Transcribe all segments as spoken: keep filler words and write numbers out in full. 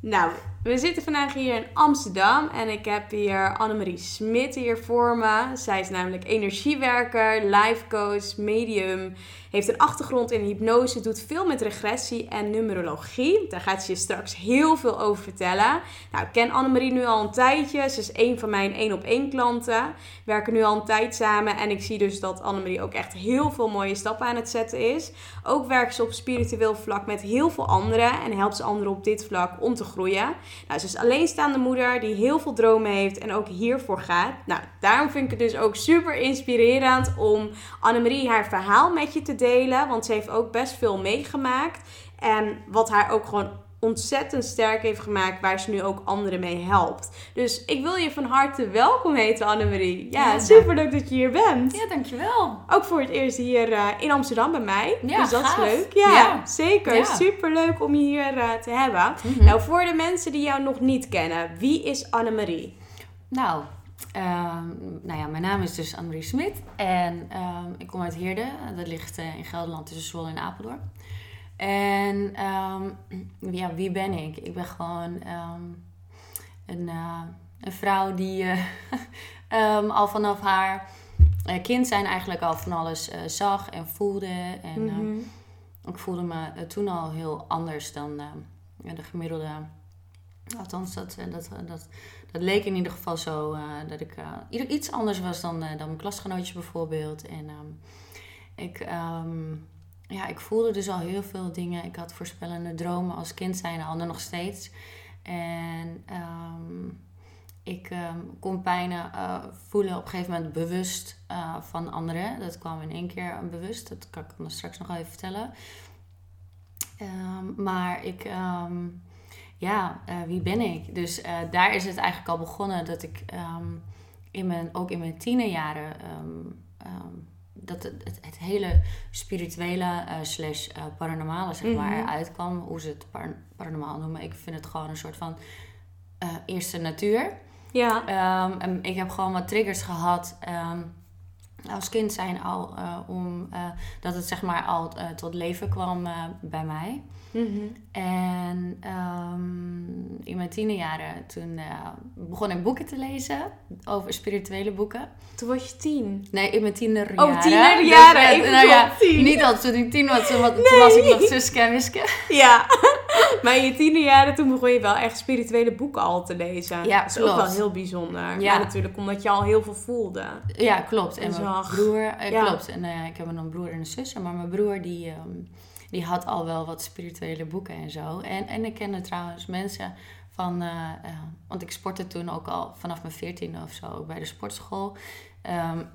Nou, we zitten vandaag hier in Amsterdam en ik heb hier Annemarie Smit hier voor me. Zij is namelijk energiewerker, life coach, medium, heeft een achtergrond in hypnose, doet veel met regressie en numerologie. Daar gaat ze je straks heel veel over vertellen. Nou, ik ken Annemarie nu al een tijdje. Ze is een van mijn één op één klanten. We werken nu al een tijd samen en ik zie dus dat Annemarie ook echt heel veel mooie stappen aan het zetten is. Ook werkt ze op spiritueel vlak met heel veel anderen en helpt ze anderen op dit vlak om te groeien. Nou, ze is alleenstaande moeder die heel veel dromen heeft en ook hiervoor gaat. Nou, daarom vind ik het dus ook super inspirerend om Annemarie haar verhaal met je te delen. Want ze heeft ook best veel meegemaakt. En wat haar ook gewoon ontzettend sterk heeft gemaakt, waar ze nu ook anderen mee helpt. Dus ik wil je van harte welkom heten, Annemarie. Ja, ja, super leuk dat je hier bent. Ja, dankjewel. Ook voor het eerst hier uh, in Amsterdam bij mij. Ja, dus dat gaaf. is leuk. Ja, ja. zeker. Ja. Super leuk om je hier uh, te hebben. Mm-hmm. Nou, voor de mensen die jou nog niet kennen, wie is Annemarie? Nou, uh, nou ja, mijn naam is dus Annemarie Smit en uh, ik kom uit Heerde. Dat ligt uh, in Gelderland tussen Zwolle en Apeldoorn. En um, ja, wie ben ik? Ik ben gewoon um, een, uh, een vrouw die uh, um, al vanaf haar uh, kind zijn eigenlijk al van alles uh, zag en voelde. En mm-hmm. uh, ik voelde me uh, toen al heel anders dan uh, de gemiddelde. Althans, dat, dat, dat, dat leek in ieder geval zo uh, dat ik uh, iets anders was dan, uh, dan mijn klasgenootjes bijvoorbeeld. En um, ik... Um, Ja, ik voelde dus al heel veel dingen. Ik had voorspellende dromen als kind zijn, al nog steeds. En um, ik um, kon bijna uh, voelen op een gegeven moment bewust uh, van anderen. Dat kwam in één keer bewust. Dat kan ik dan straks nog even vertellen. Um, maar ik... Um, ja, uh, wie ben ik? Dus uh, daar is het eigenlijk al begonnen dat ik um, in mijn, ook in mijn tienerjaren... Um, um, dat het, het, het hele spirituele uh, slash uh, paranormale zeg maar mm-hmm. eruit kwam. Hoe ze het par- paranormaal noemen. Ik vind het gewoon een soort van uh, eerste natuur. Ja. Um, en ik heb gewoon wat triggers gehad. Um, als kind zijn al uh, om uh, dat het zeg maar al uh, tot leven kwam uh, bij mij. Mm-hmm. En um, in mijn tienerjaren toen uh, begon ik boeken te lezen over spirituele boeken. Toen was je tien? Nee, in mijn tienerjaren. Oh, tienerjaren. Dus, ik nou, ja, tien. Niet al toen ik tien was, toen, nee. toen was ik nog Suske en Wiske. Ja, maar in je tienerjaren toen begon je wel echt spirituele boeken al te lezen. Ja, dat is klopt. ook wel heel bijzonder. Ja. Maar natuurlijk omdat je al heel veel voelde. Ja, klopt. En, en mijn broer, eh, ja. klopt. En uh, ik heb een broer en een zus, maar mijn broer die... Um, Die had al wel wat spirituele boeken en zo. En, en ik kende trouwens mensen van... Uh, uh, want ik sportte toen ook al vanaf mijn veertiende of zo bij de sportschool. Um,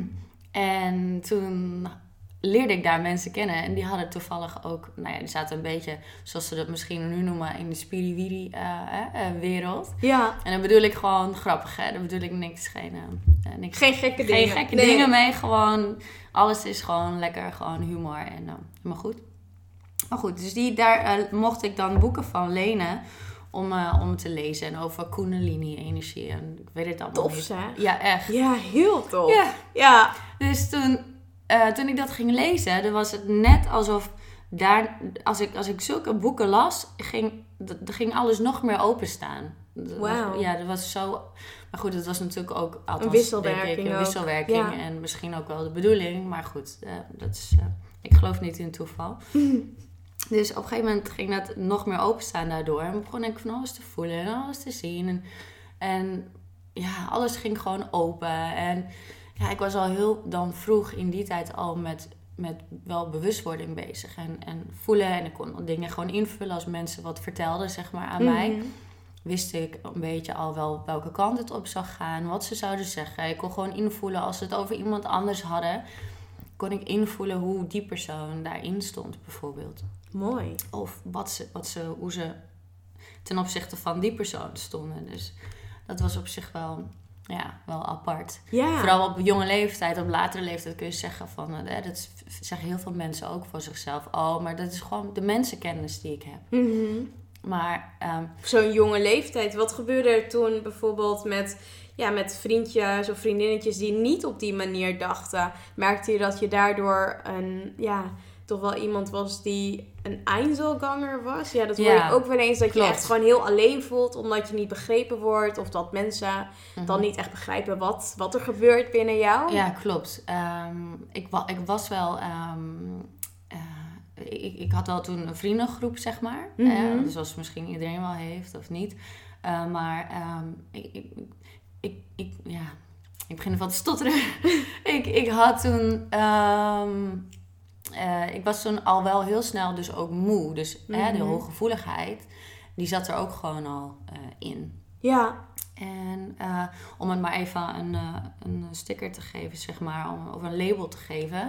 en toen leerde ik daar mensen kennen. En die hadden toevallig ook... Nou ja, die zaten een beetje, zoals ze dat misschien nu noemen... in de spiriwiri-wereld. Uh, uh, ja. En dan bedoel ik gewoon grappig, hè. Dan bedoel ik niks, geen... Uh, niks geen gekke geen dingen. Geen gekke nee. dingen mee. Gewoon... Alles is gewoon lekker, gewoon humor en uh, helemaal goed. Maar goed, dus die, daar uh, mocht ik dan boeken van lenen om, uh, om te lezen. En over Kundalini-energie. En ik weet het allemaal tof, niet. Zeg. Ja, echt. Ja, heel tof. Ja. ja. Dus toen, uh, toen ik dat ging lezen, dan was het net alsof daar, als ik, als ik zulke boeken las, ging, d- ging alles nog meer openstaan. Wauw. Ja, dat was zo... Maar goed, het was natuurlijk ook althans, een wisselwerking. Denk ik, een ook. wisselwerking. Ja. En misschien ook wel de bedoeling. Maar goed, uh, dat is, uh, ik geloof niet in toeval. Dus op een gegeven moment ging dat nog meer openstaan daardoor. En begon ik van alles te voelen en alles te zien. En, en ja, alles ging gewoon open. En ja, ik was al heel dan vroeg in die tijd al met, met wel bewustwording bezig. En, en voelen. En ik kon dingen gewoon invullen als mensen wat vertelden, zeg maar, aan mm-hmm. mij. Wist ik een beetje al wel welke kant het op zou gaan. Wat ze zouden zeggen. Ik kon gewoon invoelen als ze het over iemand anders hadden. Kon ik invoelen hoe die persoon daarin stond, bijvoorbeeld. Mooi. Of wat ze, wat ze, hoe ze ten opzichte van die persoon stonden. Dus dat was op zich wel, ja, wel apart. Ja. Vooral op jonge leeftijd, op latere leeftijd kun je zeggen van... Eh, dat zeggen heel veel mensen ook voor zichzelf. Oh, maar dat is gewoon de mensenkennis die ik heb. Mm-hmm. Maar... Um, Zo'n jonge leeftijd. Wat gebeurde er toen bijvoorbeeld met... Ja, met vriendjes of vriendinnetjes die niet op die manier dachten. Merkte je dat je daardoor een, ja, toch wel iemand was die een Einzelganger was. Ja, dat hoor Ja, je ook wel eens. Dat klopt. je echt gewoon heel alleen voelt. Omdat je niet begrepen wordt. Of dat mensen Mhm. dan niet echt begrijpen wat, wat er gebeurt binnen jou. Ja, klopt. Um, ik, wa- ik was wel... Um, uh, ik, ik had wel toen een vriendengroep, zeg maar. Mhm. Uh, zoals misschien iedereen wel heeft, of niet. Uh, maar um, ik, ik, ik, ik... Ja, ik begin ervan te stotteren. ik, ik had toen... Um, uh, ik was toen al wel heel snel dus ook moe. Dus Mhm. uh, de hooggevoeligheid, die zat er ook gewoon al uh, in. Ja. En uh, om het maar even een, uh, een sticker te geven, zeg maar, om, of een label te geven.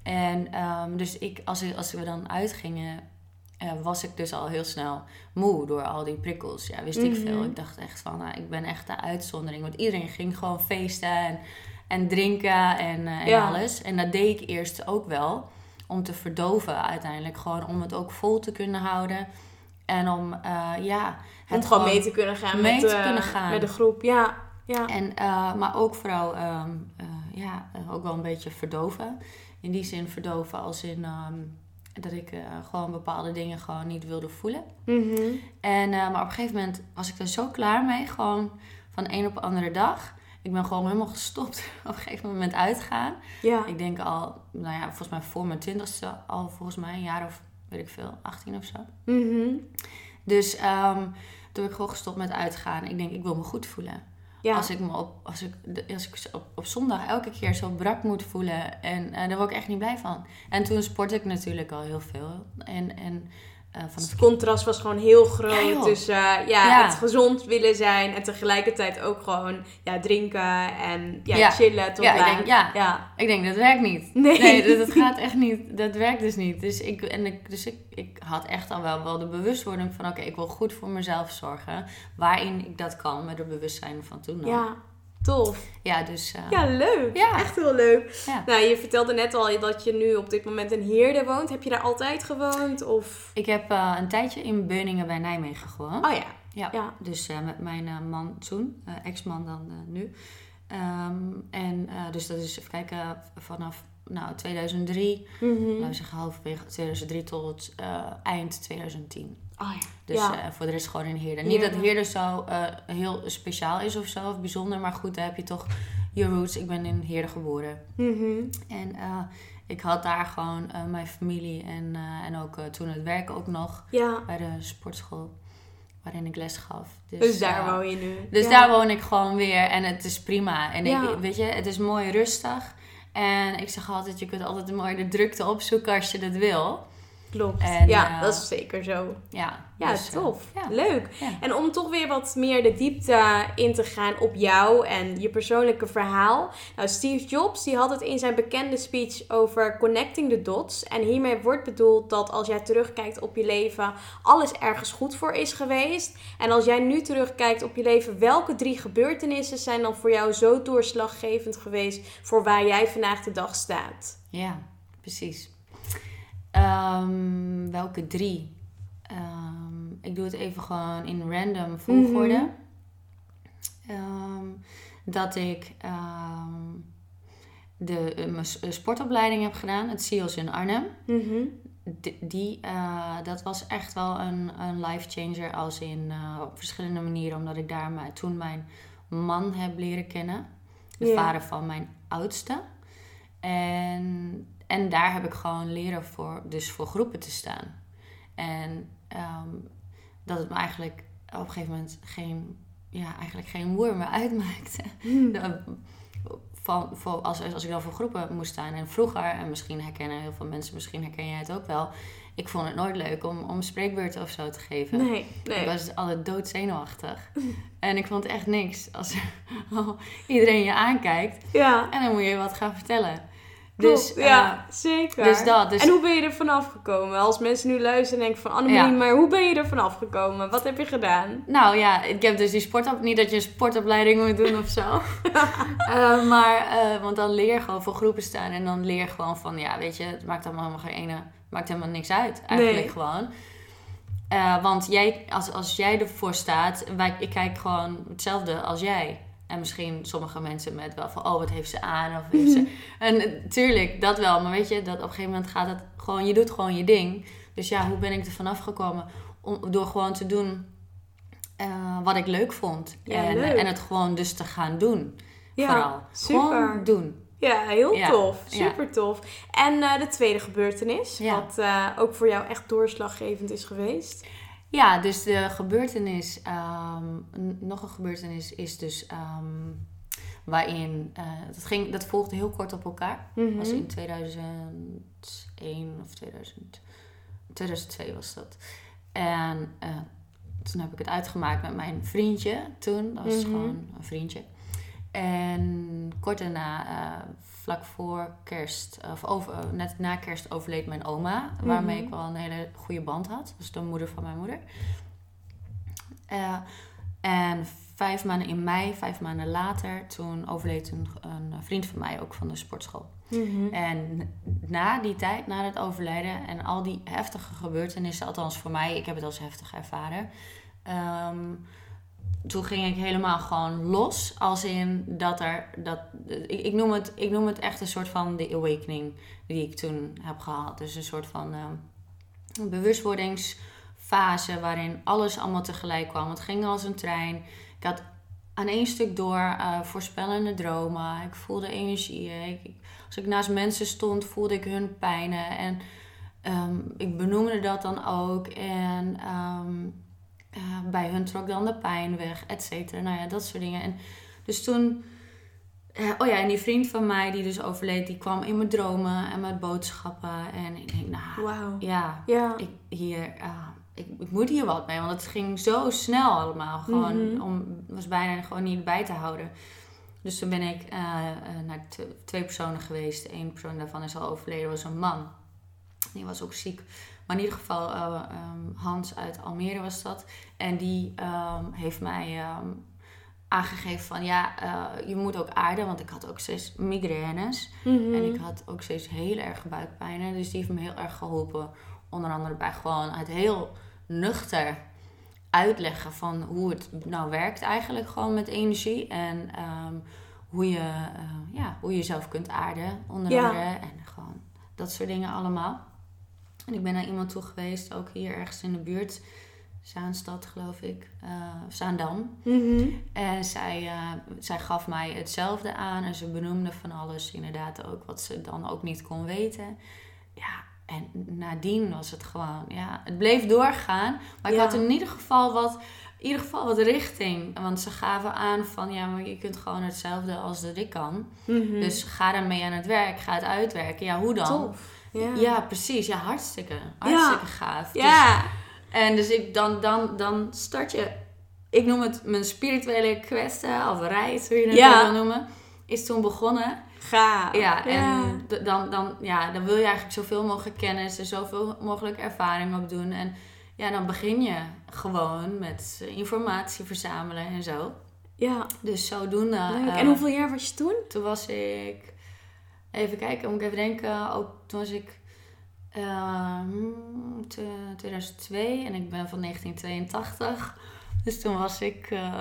En um, dus ik, als, ik, als we dan uitgingen, uh, was ik dus al heel snel moe door al die prikkels. Ja, wist Mm-hmm. ik veel. Ik dacht echt van, nou, ik ben echt de uitzondering. Want iedereen ging gewoon feesten en, en drinken en, uh, en Ja. alles. En dat deed ik eerst ook wel, om te verdoven uiteindelijk. Gewoon om het ook vol te kunnen houden. En om, uh, ja... Om het gewoon mee te kunnen gaan, mee met, te uh, kunnen gaan. met de groep. Ja, ja. En, uh, maar ook vooral um, uh, ja, uh, ook wel een beetje verdoven. In die zin verdoven als in um, dat ik uh, gewoon bepaalde dingen gewoon niet wilde voelen. Mm-hmm. En, uh, maar op een gegeven moment was ik er zo klaar mee. Gewoon van de een op de andere dag. Ik ben gewoon helemaal gestopt op een gegeven moment uitgaan. Ja. Ik denk al, nou ja, volgens mij voor mijn twintigste al volgens mij een jaar of weet ik veel, achttien of zo. Mm-hmm. Dus um, toen ben ik gewoon gestopt met uitgaan. Ik denk, ik wil me goed voelen. Ja. Als ik me op, als ik, als ik op, op zondag elke keer zo brak moet voelen. En, en daar word ik echt niet blij van. En toen sportte ik natuurlijk al heel veel. En, en, uh, van dus het contrast was gewoon heel groot. Ja, tussen uh, ja, ja. het gezond willen zijn. En tegelijkertijd ook gewoon ja, drinken en ja, ja. chillen tot ja, laat. ik denk, ja. ja, ik denk, dat werkt niet. Nee, nee dat, dat gaat echt niet. Dat werkt dus niet. Dus ik, en ik, dus ik, ik had echt al wel, wel de bewustwording van... oké, okay, ik wil goed voor mezelf zorgen. Waarin ik dat kan met het bewustzijn van toen. Ja, tof. Ja, dus... Uh, ja, leuk. Ja. Echt heel leuk. Ja. Nou, je vertelde net al dat je nu op dit moment in Heerde woont. Heb je daar altijd gewoond? Of... Ik heb uh, een tijdje in Beuningen bij Nijmegen gewoond. Oh ja. Ja, ja. Dus uh, met mijn uh, man toen, uh, ex-man dan uh, nu. Um, en uh, dus dat is, even kijken, vanaf nou, tweeduizend drie, Mm-hmm. laten we zeggen halverwege tweeduizend drie tot uh, eind tweeduizend tien. Oh ja. Dus ja. uh, voor de rest gewoon in Heerde. Ja. Niet dat Heerde zo uh, heel speciaal is of zo, of bijzonder, maar goed, daar heb je toch je roots. Ik ben in Heerde geboren. Mm-hmm. En uh, ik had daar gewoon uh, mijn familie en, uh, en ook uh, toen het werk ook nog Ja. bij de sportschool waarin ik les gaf. Dus, Dus daar uh, woon je nu. Dus ja. daar woon ik gewoon weer en het is prima. En Ja. ik, weet je, het is mooi rustig. En ik zeg altijd, je kunt altijd mooi de drukte opzoeken als je dat wil. Klopt. En, ja, uh, dat is zeker zo. Ja, Ja, dus, tof. Uh, ja. Leuk. Ja. En om toch weer wat meer de diepte in te gaan op jou en je persoonlijke verhaal. Nou, Steve Jobs die had het in zijn bekende speech over connecting the dots. En hiermee wordt bedoeld dat als jij terugkijkt op je leven, alles ergens goed voor is geweest. En als jij nu terugkijkt op je leven, welke drie gebeurtenissen zijn dan voor jou zo doorslaggevend geweest voor waar jij vandaag de dag staat? Ja, precies. Um, welke drie? Um, ik doe het even gewoon in random volgorde. Mm-hmm. Um, dat ik um, de, uh, mijn sportopleiding heb gedaan, het S E A L S in Arnhem. Mm-hmm. D- die, uh, dat was echt wel een, een life changer als in uh, op verschillende manieren. Omdat ik daar mijn, toen mijn man heb leren kennen. De yeah. vader van mijn oudste. En... En daar heb ik gewoon leren voor, dus voor groepen te staan. En um, dat het me eigenlijk op een gegeven moment geen, ja, eigenlijk geen moer meer uitmaakte. Hmm. De, van, voor, als, als ik dan voor groepen moest staan. En vroeger, en misschien herkennen heel veel mensen, misschien herken jij het ook wel. Ik vond het nooit leuk om, om spreekbeurten of zo te geven. Nee, nee. Ik was altijd doodzenuwachtig. En ik vond echt niks als iedereen je aankijkt. Ja. En dan moet je wat gaan vertellen. Dus, uh, ja, zeker. Dus dat, dus... En hoe ben je er vanaf gekomen? Als mensen nu luisteren en denken van Annemarie, ja. maar hoe ben je er vanaf gekomen? Wat heb je gedaan? Nou ja, ik heb dus die sportop... Niet dat je een sportopleiding moet doen of zo. uh, maar, uh, want dan leer je gewoon voor groepen staan. En dan leer je gewoon van, ja, weet je, het maakt allemaal helemaal geen ene... maakt helemaal niks uit, eigenlijk nee. gewoon. Uh, want jij, als, als jij ervoor staat, wij, ik kijk gewoon hetzelfde als jij. En misschien sommige mensen met wel van, oh, wat heeft ze aan? Of heeft ze... En tuurlijk, dat wel. Maar weet je, dat op een gegeven moment gaat het gewoon... Je doet gewoon je ding. Dus ja, hoe ben ik er vanaf gekomen? Om, door gewoon te doen uh, wat ik leuk vond. Ja, en, leuk. en het gewoon dus te gaan doen. Ja, vooral. super. Gewoon doen. Ja, heel Ja, tof. Super ja. tof. En uh, de tweede gebeurtenis, Ja. wat uh, ook voor jou echt doorslaggevend is geweest. Ja, dus de gebeurtenis, um, n- nog een gebeurtenis is dus um, waarin, uh, dat, ging, dat volgde heel kort op elkaar. Mm-hmm. Dat was in tweeduizend één of tweeduizend, tweeduizend twee was dat. En uh, toen heb ik het uitgemaakt met mijn vriendje toen, dat was Mm-hmm. gewoon een vriendje. En kort daarna, uh, vlak voor kerst, of over, net na kerst overleed mijn oma. Waarmee Mhm. ik wel een hele goede band had. Dus de moeder van mijn moeder. Uh, en vijf maanden in mei, vijf maanden later, toen overleed een, een vriend van mij ook van de sportschool. Mm-hmm. En na die tijd, na het overlijden en al die heftige gebeurtenissen, althans voor mij, ik heb het als heftig ervaren. Um, Toen ging ik helemaal gewoon los. Als in dat er... Dat, ik, ik, noem het, ik noem het echt een soort van de awakening die ik toen heb gehad. Dus een soort van uh, bewustwordingsfase waarin alles allemaal tegelijk kwam. Het ging als een trein. Ik had aan één stuk door uh, voorspellende dromen. Ik voelde energieën. Ik, ik, als ik naast mensen stond, voelde ik hun pijnen. En um, ik benoemde dat dan ook. En... Um, Uh, bij hun trok dan de pijn weg, et cetera. Nou ja, dat soort dingen. En dus toen... Uh, oh ja, en die vriend van mij die dus overleed... die kwam in mijn dromen en met boodschappen. En ik denk, nou... Wauw. Ja, Ja. Ik, hier... Uh, ik, ik moet hier wat mee. Want het ging zo snel allemaal. Gewoon... Mm-hmm. om was bijna gewoon niet bij te houden. Dus toen ben ik uh, uh, naar t- twee personen geweest. Eén persoon daarvan is al overleden. was een man. Die was ook ziek. Maar in ieder geval, uh, um, Hans uit Almere was dat. En die um, heeft mij um, aangegeven van... ja, uh, je moet ook aarden. Want ik had ook steeds migraines. Mm-hmm. En ik had ook steeds heel erg buikpijnen. Dus die heeft me heel erg geholpen. Onder andere bij gewoon het heel nuchter uitleggen... van hoe het nou werkt eigenlijk gewoon met energie. En um, hoe, je, uh, ja, hoe je jezelf kunt aarden, onder Ja. andere. En gewoon dat soort dingen allemaal. En ik ben naar iemand toe geweest, ook hier ergens in de buurt. Zaanstad, geloof ik. Uh, Zaandam. Mm-hmm. En zij, uh, zij gaf mij hetzelfde aan. En ze benoemde van alles inderdaad ook wat ze dan ook niet kon weten. Ja, en nadien was het gewoon... Ja, het bleef doorgaan. Maar ik Ja. had in ieder geval wat... In ieder geval wat richting. Want ze gaven aan van... Ja, maar je kunt gewoon hetzelfde als dat ik kan. Mm-hmm. Dus ga daarmee aan het werk. Ga het uitwerken. Ja, hoe dan? Tof. Ja. Ja, precies. Ja, hartstikke. Hartstikke Ja. gaaf. Ja. Dus, en dus ik, dan, dan, dan start je... Ik noem het mijn spirituele quest, of reis, hoe je het Ja. wil noemen. Is toen begonnen. Gaaf. Ja, en Ja. d- dan, dan, ja, dan wil je eigenlijk zoveel mogelijk kennis en zoveel mogelijk ervaring opdoen. En ja, dan begin je gewoon met informatie verzamelen en zo. Ja. Dus zodoende... Leuk. uh, En hoeveel jaar was je toen? Toen was ik... Even kijken, moet ik even denken. Ook toen was ik... Uh, tweeduizend twee en ik ben van negentien tweeëntachtig. Dus toen was ik... Uh,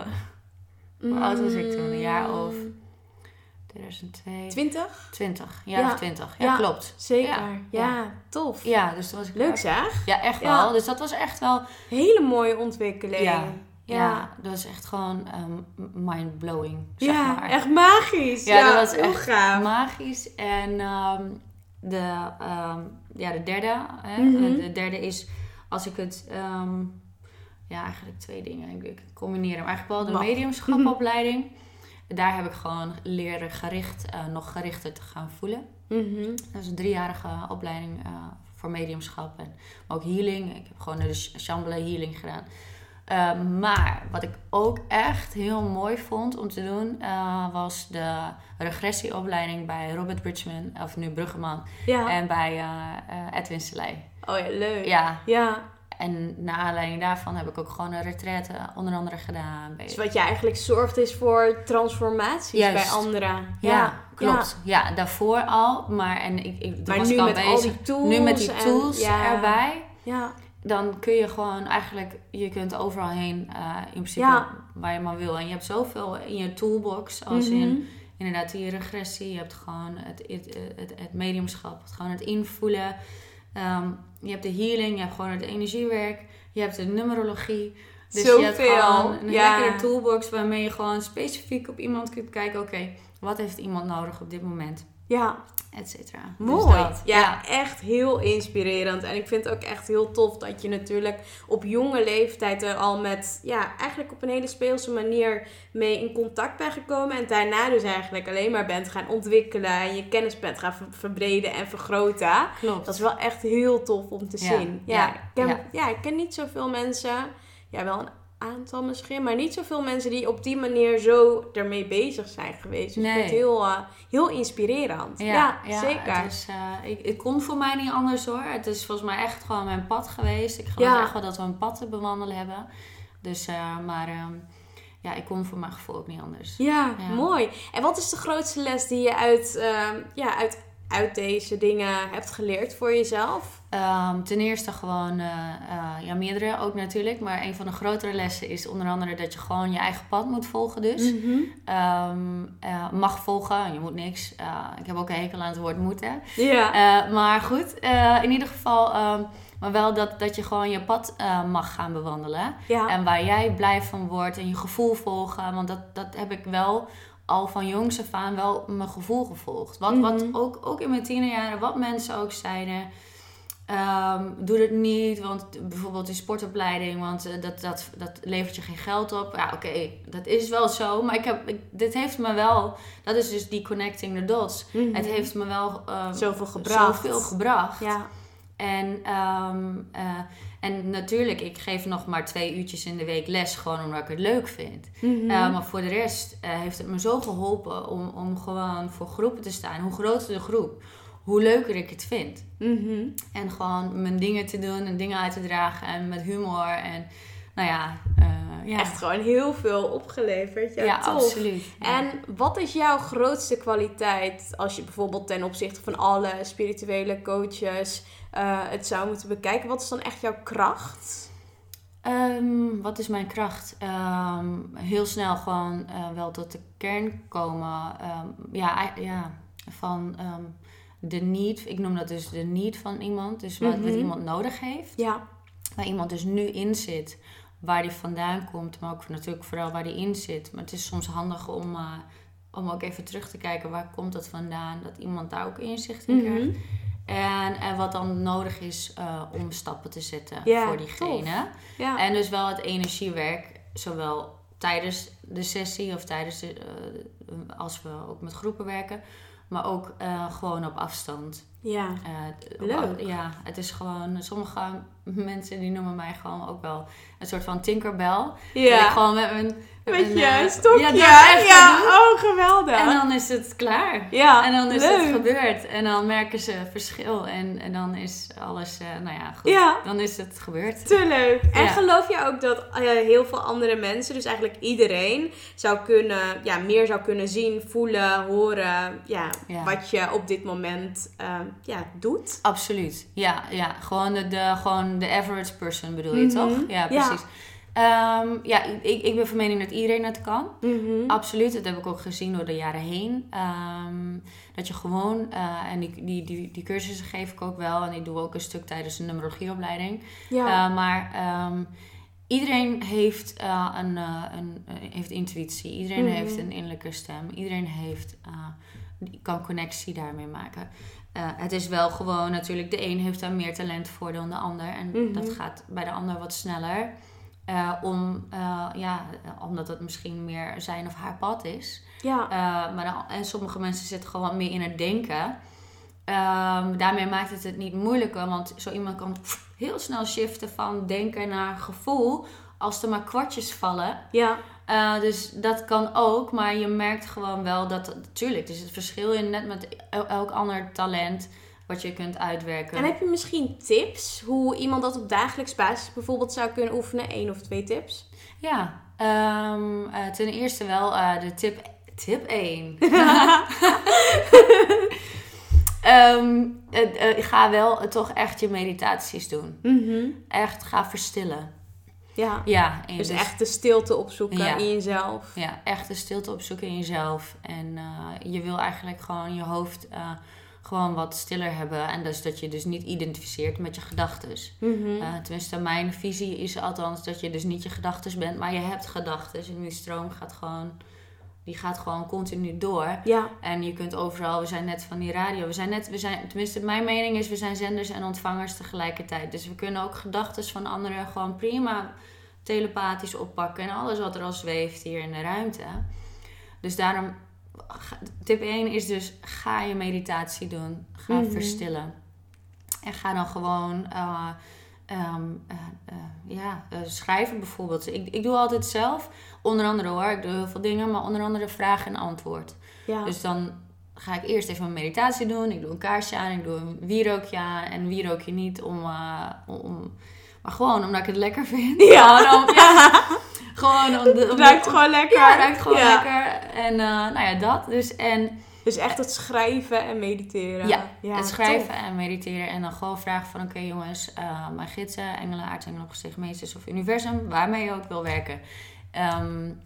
hoe oud was ik toen? Een jaar of... tweeduizend twee... twintig? twintig, jaar Ja. of twintig. Ja, Ja. klopt. Zeker. Ja. Ja, Ja. tof. Ja, dus toen was ik... Leuk echt- zeg. Ja, echt Ja. wel. Dus dat was echt wel... Hele mooie ontwikkeling. Ja. Ja. Ja, dat was echt gewoon um, mind-blowing, zeg Ja, maar. echt magisch. Ja, Ja, dat was heel echt gaaf. magisch. En um, de, um, ja, de derde, hè, Mhm. de derde is als ik het, um, ja, eigenlijk twee dingen. Ik, ik combineer hem eigenlijk wel de Mag. mediumschapopleiding. Daar heb ik gewoon leren gericht, uh, nog gerichter te gaan voelen. Mhm. Dat is een driejarige opleiding uh, voor mediumschap en maar ook healing. Ik heb gewoon de Shambhala healing gedaan. Uh, maar wat ik ook echt heel mooi vond om te doen, uh, was de regressieopleiding bij Robert Bridgman, of nu Bruggeman, Ja. en bij uh, uh, Edwin Selei. Oh ja, leuk. Ja, Ja. en naar aanleiding daarvan heb ik ook gewoon een retraite onder andere gedaan. Bij... Dus wat je eigenlijk zorgt is voor transformaties Juist. bij anderen. Ja, klopt. Ja. ja, daarvoor al, maar en ik, ik, toen Maar was nu ik al met bezig. al die tools. Nu met die en- tools ja. erbij. Ja. dan kun je gewoon eigenlijk, je kunt overal heen, uh, in principe Ja. waar je maar wil. En je hebt zoveel in je toolbox, als Mhm. in inderdaad die regressie. Je hebt gewoon het, het, het, het mediumschap, het, gewoon het invoelen. Um, je hebt de healing, je hebt gewoon het energiewerk. Je hebt de numerologie. Dus Zoveel. je hebt gewoon een Ja. lekkere toolbox waarmee je gewoon specifiek op iemand kunt kijken. Oké, okay, wat heeft iemand nodig op dit moment? Ja. Et cetera. Mooi. Dus dat, ja, ja. echt heel inspirerend. En ik vind het ook echt heel tof dat je natuurlijk op jonge leeftijd er al met, ja, eigenlijk op een hele speelse manier mee in contact bent gekomen. En daarna dus eigenlijk alleen maar bent gaan ontwikkelen en je kennis bent gaan ver- verbreden en vergroten. Klopt. Dat is wel echt heel tof om te Ja, zien. Ja, ja, ik ken, ja. ja. ik ken niet zoveel mensen, ja, wel een aantal misschien, maar niet zoveel mensen die op die manier zo ermee bezig zijn geweest. Dus Nee. ik vind het heel, uh, heel inspirerend. Ja, Ja, ja, zeker. Het, is, uh, ik, het kon voor mij niet anders hoor. Het is volgens mij echt gewoon mijn pad geweest. Ik geloof Ja. echt wel dat we een pad te bewandelen hebben. Dus, uh, maar um, ja, ik kon voor mijn gevoel ook niet anders. Ja, Ja. mooi. En wat is de grootste les die je uit, uh, ja, uit, uit deze dingen hebt geleerd voor jezelf? Um, ten eerste gewoon, uh, uh, ja, meerdere ook natuurlijk. Maar een van de grotere lessen is onder andere dat je gewoon je eigen pad moet volgen dus. Mm-hmm. Um, uh, mag volgen, je moet niks. Uh, ik heb ook een hekel aan het woord moeten. Ja. Uh, maar goed, uh, in ieder geval, um, maar wel dat, dat je gewoon je pad uh, mag gaan bewandelen. Ja. En waar jij blij van wordt en je gevoel volgen. Want dat, dat heb ik wel al van jongs af aan wel mijn gevoel gevolgd. Wat, Mm-hmm. wat ook, ook in mijn tienerjaren, wat mensen ook zeiden. Um, doe het niet, want bijvoorbeeld die sportopleiding, want uh, dat, dat, dat levert je geen geld op. Ja, oké, okay, dat is wel zo, maar ik heb, ik, dit heeft me wel, dat is dus die connecting the dots. Mm-hmm. Het heeft me wel um, Zoveel gebracht. zoveel gebracht. Ja. En, um, uh, en natuurlijk, ik geef nog maar twee uurtjes in de week les, gewoon omdat ik het leuk vind. Mm-hmm. Uh, maar voor de rest uh, heeft het me zo geholpen om, om gewoon voor groepen te staan. Hoe groter de groep, hoe leuker ik het vind. Mm-hmm. En gewoon mijn dingen te doen en dingen uit te dragen en met humor. En nou ja, uh, ja. Echt gewoon heel veel opgeleverd. Ja, ja tof. absoluut. Ja. En wat is jouw grootste kwaliteit als je bijvoorbeeld ten opzichte van alle spirituele coaches uh, het zou moeten bekijken? Wat is dan echt jouw kracht? Um, wat is mijn kracht? Um, heel snel gewoon uh, wel tot de kern komen. Um, ja, ja, van um, de need. Ik noem dat dus de need van iemand. Dus wat, Mm-hmm. wat iemand nodig heeft. Ja. Waar iemand dus nu in zit. Waar die vandaan komt. Maar ook natuurlijk vooral waar die in zit. Maar het is soms handig om, uh, om ook even terug te kijken. Waar komt dat vandaan? Dat iemand daar ook inzicht in Mm-hmm. krijgt. En, en wat dan nodig is uh, om stappen te zetten Ja, voor diegene. Ja. En dus wel het energiewerk, zowel tijdens de sessie of tijdens de, uh, als we ook met groepen werken, maar ook uh, gewoon op afstand. Ja. Uh, Leuk. Op, ja, het is gewoon, sommige mensen die noemen mij gewoon ook wel een soort van Tinkerbell. Ja. Dat ik gewoon met mijn... Met mijn, je uh, stokje. Ja, Ja, dat echt ja. ga doen. Oh, geweldig. En dan is het klaar. Ja, En dan is leuk. het gebeurd. En dan merken ze verschil. En, en dan is alles, uh, nou ja, goed. Ja. Dan is het gebeurd. Te leuk. En Ja. geloof je ook dat uh, heel veel andere mensen, dus eigenlijk iedereen, zou kunnen, ja, meer zou kunnen zien, voelen, horen, ja, Ja. wat je op dit moment uh, ja, doet? Absoluut. Ja, ja. Gewoon, de, de, gewoon de average person bedoel je, Mm-hmm. toch? Ja, Ja. precies. Ja, um, ja ik, ik ben van mening dat iedereen het kan. Mm-hmm. Absoluut, dat heb ik ook gezien door de jaren heen. Um, dat je gewoon, uh, en die, die, die, die cursussen geef ik ook wel. En ik doe ook een stuk tijdens de numerologieopleiding. Ja. Uh, maar um, iedereen heeft, uh, een, uh, een, uh, heeft intuïtie. Iedereen Mm-hmm. heeft een innerlijke stem. Iedereen heeft, uh, kan connectie daarmee maken. Uh, het is wel gewoon natuurlijk, de een heeft daar meer talent voor dan de ander. En Mm-hmm. dat gaat bij de ander wat sneller. Uh, om, uh, ja, omdat het misschien meer zijn of haar pad is. Ja. Uh, maar dan, en sommige mensen zitten gewoon wat meer in het denken. Um, daarmee maakt het het niet moeilijker. Want zo iemand kan heel snel shiften van denken naar gevoel. Als er maar kwartjes vallen. Ja. Uh, dus dat kan ook. Maar je merkt gewoon wel dat... Natuurlijk, er is het verschil in net met elk ander talent wat je kunt uitwerken. En heb je misschien tips hoe iemand dat op dagelijks basis bijvoorbeeld zou kunnen oefenen? Eén of twee tips? Ja, um, uh, ten eerste wel uh, de tip, tip één. um, uh, uh, ga wel uh, toch echt je meditaties doen. Mm-hmm. Echt, ga verstillen. Ja, ja dus, dus echt de stilte opzoeken ja. in jezelf. Ja, echt de stilte opzoeken in jezelf. En uh, je wil eigenlijk gewoon je hoofd uh, gewoon wat stiller hebben. En dus dat je dus niet identificeert met je gedachtes. Mm-hmm. Uh, tenminste, mijn visie is althans dat je dus niet je gedachtes bent, maar je hebt gedachtes. En die stroom gaat gewoon, die gaat gewoon continu door. Ja. En je kunt overal, we zijn net van die radio, we zijn net, we zijn, tenminste mijn mening is, we zijn zenders en ontvangers tegelijkertijd. Dus we kunnen ook gedachtes van anderen gewoon prima telepathisch oppakken en alles wat er al zweeft hier in de ruimte. Dus daarom, tip één is dus, ga je meditatie doen. Ga mm-hmm. verstillen. En ga dan gewoon uh, um, uh, uh, ja, uh, schrijven bijvoorbeeld. Ik, ik doe altijd zelf, onder andere hoor, ik doe heel veel dingen, maar onder andere vraag en antwoord. Ja. Dus dan ga ik eerst even mijn meditatie doen. Ik doe een kaarsje aan, ik doe een wierookje aan. En wierookje niet om, uh, om... Maar gewoon omdat ik het lekker vind. Ja. Gewoon om, ja, gewoon om de, om het ruikt de, gewoon lekker. Ja, het ruikt gewoon ja. lekker. En uh, nou ja, dat. Dus, en, dus echt het schrijven en mediteren. Ja, ja het schrijven tof. en mediteren. En dan gewoon vragen van, oké okay, jongens, uh, mijn gidsen, engelen, aartsengelen, opgestichtmeesters of universum, waarmee je ook wil werken. Um,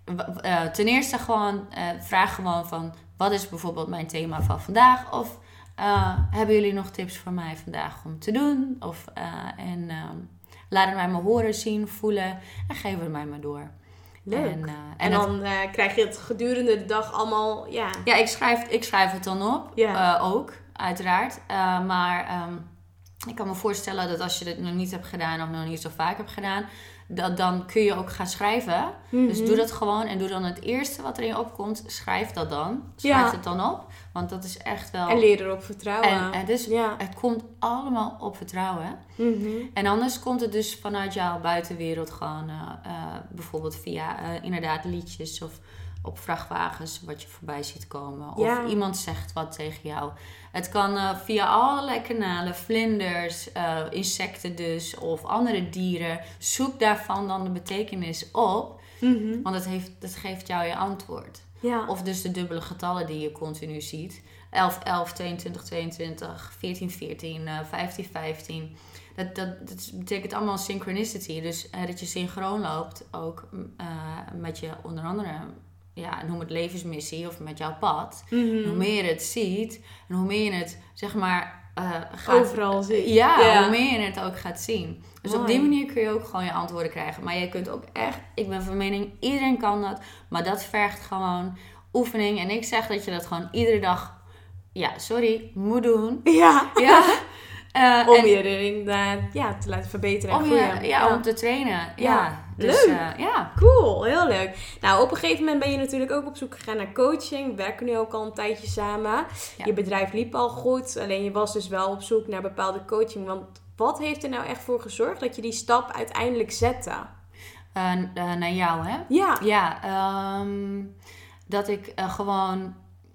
uh, ten eerste gewoon, uh, vraag gewoon van, wat is bijvoorbeeld mijn thema van vandaag? Of uh, hebben jullie nog tips voor mij vandaag om te doen? Of, uh, en uh, laat het mij maar horen, zien, voelen en geef het mij maar door. Leuk. En, uh, en, en dan het, uh, krijg je het gedurende de dag allemaal, ja. Ja, ik schrijf, ik schrijf het dan op, ja. uh, ook, uiteraard. Uh, maar um, ik kan me voorstellen dat als je dit nog niet hebt gedaan of nog niet zo vaak hebt gedaan, dat, dan kun je ook gaan schrijven. Mm-hmm. Dus doe dat gewoon en doe dan het eerste wat er in je opkomt, schrijf dat dan. Schrijf ja. het dan op, want dat is echt wel... En leer erop vertrouwen. En, en dus, ja. het komt allemaal op vertrouwen. Mm-hmm. En anders komt het dus vanuit jouw buitenwereld gewoon, uh, uh, bijvoorbeeld via uh, inderdaad liedjes of op vrachtwagens wat je voorbij ziet komen. Of ja. iemand zegt wat tegen jou. Het kan uh, via allerlei kanalen, vlinders, uh, insecten dus, of andere dieren. Zoek daarvan dan de betekenis op. Mm-hmm. Want het, heeft, het geeft jou je antwoord. Ja. Of dus de dubbele getallen die je continu ziet. elf, elf, tweeëntwintig, tweeëntwintig, veertien, veertien, uh, vijftien, vijftien. Dat, dat, dat betekent allemaal synchronicity. Dus uh, dat je synchroon loopt ook uh, met je onder andere... Ja, noem het levensmissie of met jouw pad. Mm-hmm. Hoe meer je het ziet en hoe meer je het, zeg maar, uh, gaat... Overal ziet. Ja, ja, hoe meer je het ook gaat zien. Dus Mooi. Op die manier kun je ook gewoon je antwoorden krijgen. Maar je kunt ook echt, ik ben van mening, iedereen kan dat. Maar dat vergt gewoon oefening. En ik zeg dat je dat gewoon iedere dag, ja, sorry, moet doen. Ja. Ja. Uh, om en, je er inderdaad ja, te laten verbeteren. Om je, ja, ja, om te trainen. Ja. ja. Dus, leuk. Uh, ja. Cool, heel leuk. Nou, op een gegeven moment ben je natuurlijk ook op zoek gegaan naar coaching. We werken nu ook al een tijdje samen. Ja. Je bedrijf liep al goed. Alleen je was dus wel op zoek naar bepaalde coaching. Want wat heeft er nou echt voor gezorgd dat je die stap uiteindelijk zette? Uh, uh, naar jou, hè? Ja. Ja, um, dat ik uh, gewoon...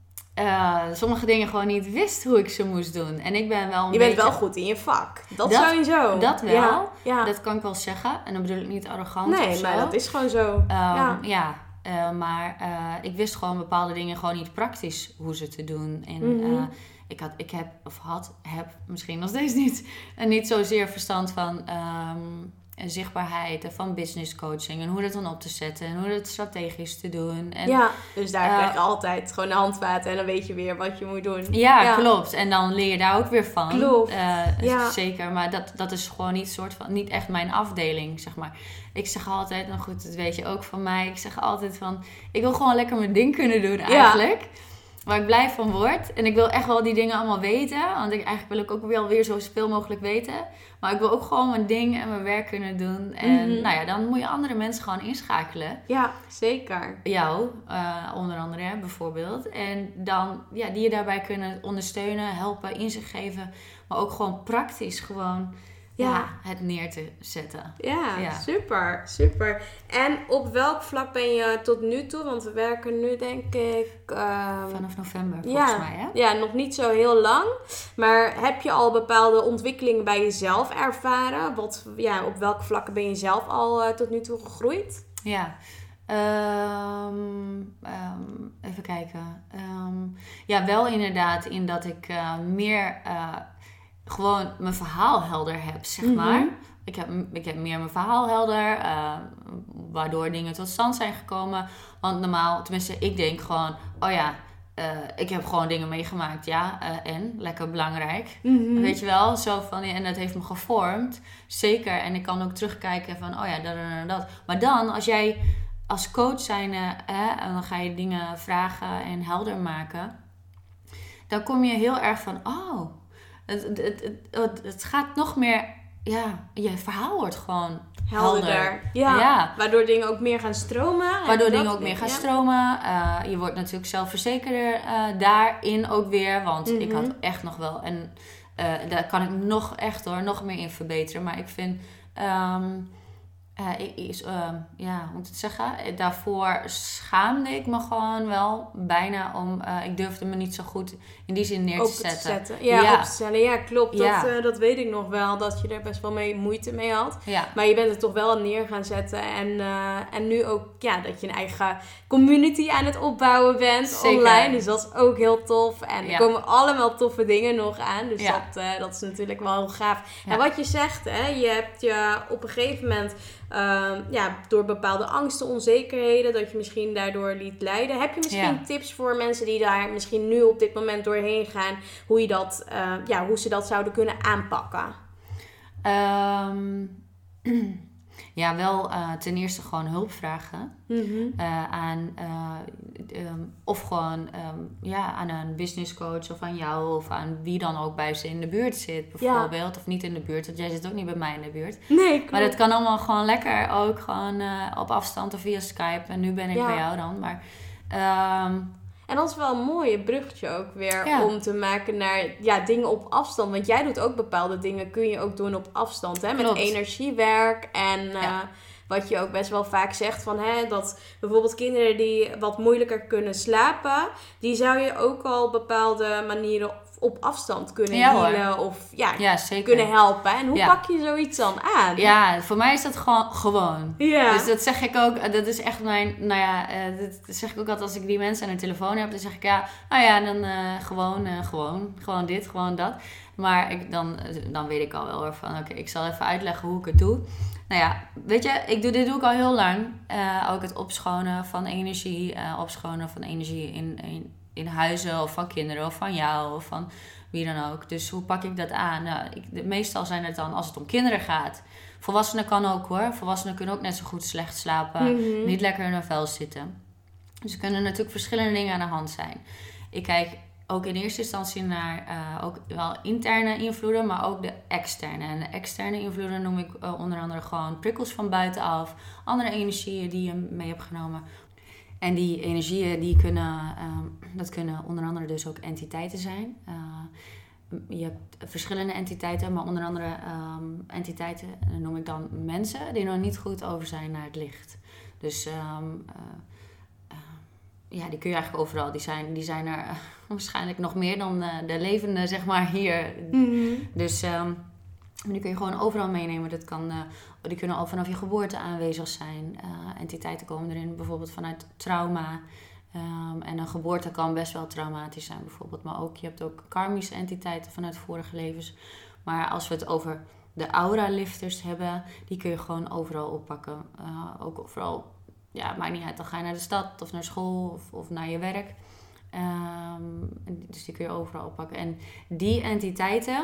Uh, sommige dingen gewoon niet wist hoe ik ze moest doen. En ik ben wel een Je beetje... bent wel goed in je vak. Dat, dat sowieso. Dat wel. Ja, ja. Dat kan ik wel zeggen. En dan bedoel ik niet arrogant nee, of zo. maar dat is gewoon zo. Um, ja. ja uh, maar uh, ik wist gewoon bepaalde dingen gewoon niet praktisch hoe ze te doen. En mm-hmm. uh, ik had, ik heb, of had, heb misschien nog steeds niet... En niet zozeer verstand van... Um, en zichtbaarheid en van business coaching en hoe dat dan op te zetten en hoe dat strategisch te doen. En, ja, dus daar uh, krijg je altijd gewoon de handvaten en dan weet je weer wat je moet doen. Ja, ja. klopt. En dan leer je daar ook weer van. Klopt. Uh, ja. Zeker, maar dat, dat is gewoon niet, soort van, niet echt mijn afdeling, zeg maar. Ik zeg altijd, nou goed, dat weet je ook van mij, ik zeg altijd van, ik wil gewoon lekker mijn ding kunnen doen eigenlijk. Ja. Waar ik blij van word. En ik wil echt wel die dingen allemaal weten. Want ik, eigenlijk wil ik ook wel weer zo veel mogelijk weten. Maar ik wil ook gewoon mijn ding en mijn werk kunnen doen. En mm-hmm. nou ja, dan moet je andere mensen gewoon inschakelen. Ja, zeker. Jou, uh, onder andere bijvoorbeeld. En dan, ja, die je daarbij kunnen ondersteunen, helpen, inzicht geven. Maar ook gewoon praktisch gewoon... Ja. ja, het neer te zetten. Ja, ja, super, super. En op welk vlak ben je tot nu toe? Want we werken nu denk ik... Um, Vanaf november volgens ja, mij, hè? Ja, nog niet zo heel lang. Maar heb je al bepaalde ontwikkelingen bij jezelf ervaren? Wat, ja, op welke vlakken ben je zelf al uh, tot nu toe gegroeid? Ja, Um, um, even kijken. Um, ja, wel inderdaad in dat ik uh, meer uh, gewoon mijn verhaal helder heb, zeg mm-hmm. maar. Ik heb, ik heb meer mijn verhaal helder, uh, waardoor dingen tot stand zijn gekomen. Want normaal, tenminste, ik denk gewoon, oh ja, uh, ik heb gewoon dingen meegemaakt, ja, uh, en lekker belangrijk. Mm-hmm. Weet je wel, zo van, ja, en dat heeft me gevormd, zeker. En ik kan ook terugkijken van, oh ja, dat en dat. Maar dan, als jij als coach zijnde, hè, en dan ga je dingen vragen en helder maken, dan kom je heel erg van, oh, het, het, het, het, het gaat nog meer, ja, je verhaal wordt gewoon helder. helder. Ja, ja, waardoor dingen ook meer gaan stromen. Waardoor dingen ook meer gaan ja. stromen. Uh, je wordt natuurlijk zelfverzekerder uh, daarin ook weer, want mm-hmm. ik had echt nog wel, en uh, daar kan ik nog echt hoor, nog meer in verbeteren. Maar ik vind, um, Uh, is, uh, ja, hoe moet ik het zeggen? Daarvoor schaamde ik me gewoon wel bijna om... Uh, ik durfde me niet zo goed in die zin neer te zetten. Te zetten. Ja, ja, op te stellen. Ja, klopt. Ja. Dat, uh, dat weet ik nog wel. Dat je er best wel mee moeite mee had. Ja. Maar je bent er toch wel neer gaan zetten. En, uh, en nu ook ja, dat je een eigen community aan het opbouwen bent. Zeker. Online. Dus dat is ook heel tof. En er ja. komen allemaal toffe dingen nog aan. Dus ja. dat, uh, dat is natuurlijk wel heel gaaf. Ja. En wat je zegt, hè, je hebt je op een gegeven moment... Uh, ja, door bepaalde angsten, onzekerheden, dat je misschien daardoor liet leiden. Heb je misschien ja. tips voor mensen die daar misschien nu op dit moment doorheen gaan, hoe je dat, uh, ja, hoe ze dat zouden kunnen aanpakken? Um, ja, wel uh, ten eerste gewoon hulp vragen mm-hmm. uh, aan uh, um, of gewoon um, ja, aan een business coach of aan jou of aan wie dan ook bij ze in de buurt zit bijvoorbeeld. Ja. Of niet in de buurt, want jij zit ook niet bij mij in de buurt. Nee, klopt. Maar dat kan allemaal gewoon lekker ook gewoon uh, op afstand of via Skype. En nu ben ik ja. bij jou dan, maar... Um, En dat is wel een mooie bruggetje ook weer ja. om te maken naar ja, dingen op afstand. Want jij doet ook bepaalde dingen, kun je ook doen op afstand. Hè? Met Klopt. energiewerk en uh, ja. wat je ook best wel vaak zegt van hè, dat bijvoorbeeld kinderen die wat moeilijker kunnen slapen, die zou je ook al bepaalde manieren op afstand kunnen ja, healen of ja, ja kunnen helpen. En hoe ja. pak je zoiets dan aan? Ja, voor mij is dat gewoon gewoon. Ja. Dus dat zeg ik ook, dat is echt mijn, nou ja, uh, dat zeg ik ook altijd als ik die mensen aan de telefoon heb, dan zeg ik ja, nou ja, dan uh, gewoon, uh, gewoon, gewoon dit, gewoon dat. Maar ik, dan, dan weet ik al wel van, oké, okay, ik zal even uitleggen hoe ik het doe. Nou ja, weet je, ik doe, dit doe ik al heel lang. Uh, ook het opschonen van energie, uh, opschonen van energie in, in in huizen of van kinderen of van jou of van wie dan ook. Dus hoe pak ik dat aan? Nou, ik, de, meestal zijn het dan als het om kinderen gaat. Volwassenen kan ook hoor. Volwassenen kunnen ook net zo goed slecht slapen. Mm-hmm. Niet lekker in hun vel zitten. Dus er kunnen natuurlijk verschillende dingen aan de hand zijn. Ik kijk ook in eerste instantie naar uh, ook wel interne invloeden, maar ook de externe. En de externe invloeden noem ik uh, onder andere gewoon prikkels van buitenaf. Andere energieën die je mee hebt genomen. En die energieën, die kunnen, um, dat kunnen onder andere dus ook entiteiten zijn. Uh, je hebt verschillende entiteiten, maar onder andere um, entiteiten, dat noem ik dan mensen, die nog niet goed over zijn naar het licht. Dus um, uh, uh, ja, die kun je eigenlijk overal. Die zijn, die zijn er uh, waarschijnlijk nog meer dan uh, de levende, zeg maar, hier. Mm-hmm. Dus... Um, Maar die kun je gewoon overal meenemen. Dat kan, uh, die kunnen al vanaf je geboorte aanwezig zijn. Uh, entiteiten komen erin bijvoorbeeld vanuit trauma. Um, en een geboorte kan best wel traumatisch zijn bijvoorbeeld. Maar ook, je hebt ook karmische entiteiten vanuit vorige levens. Maar als we het over de aura-lifters hebben, die kun je gewoon overal oppakken. Uh, ook overal, ja, maakt niet uit. Dan ga je naar de stad of naar school of, of naar je werk. Um, dus die kun je overal oppakken. En die entiteiten...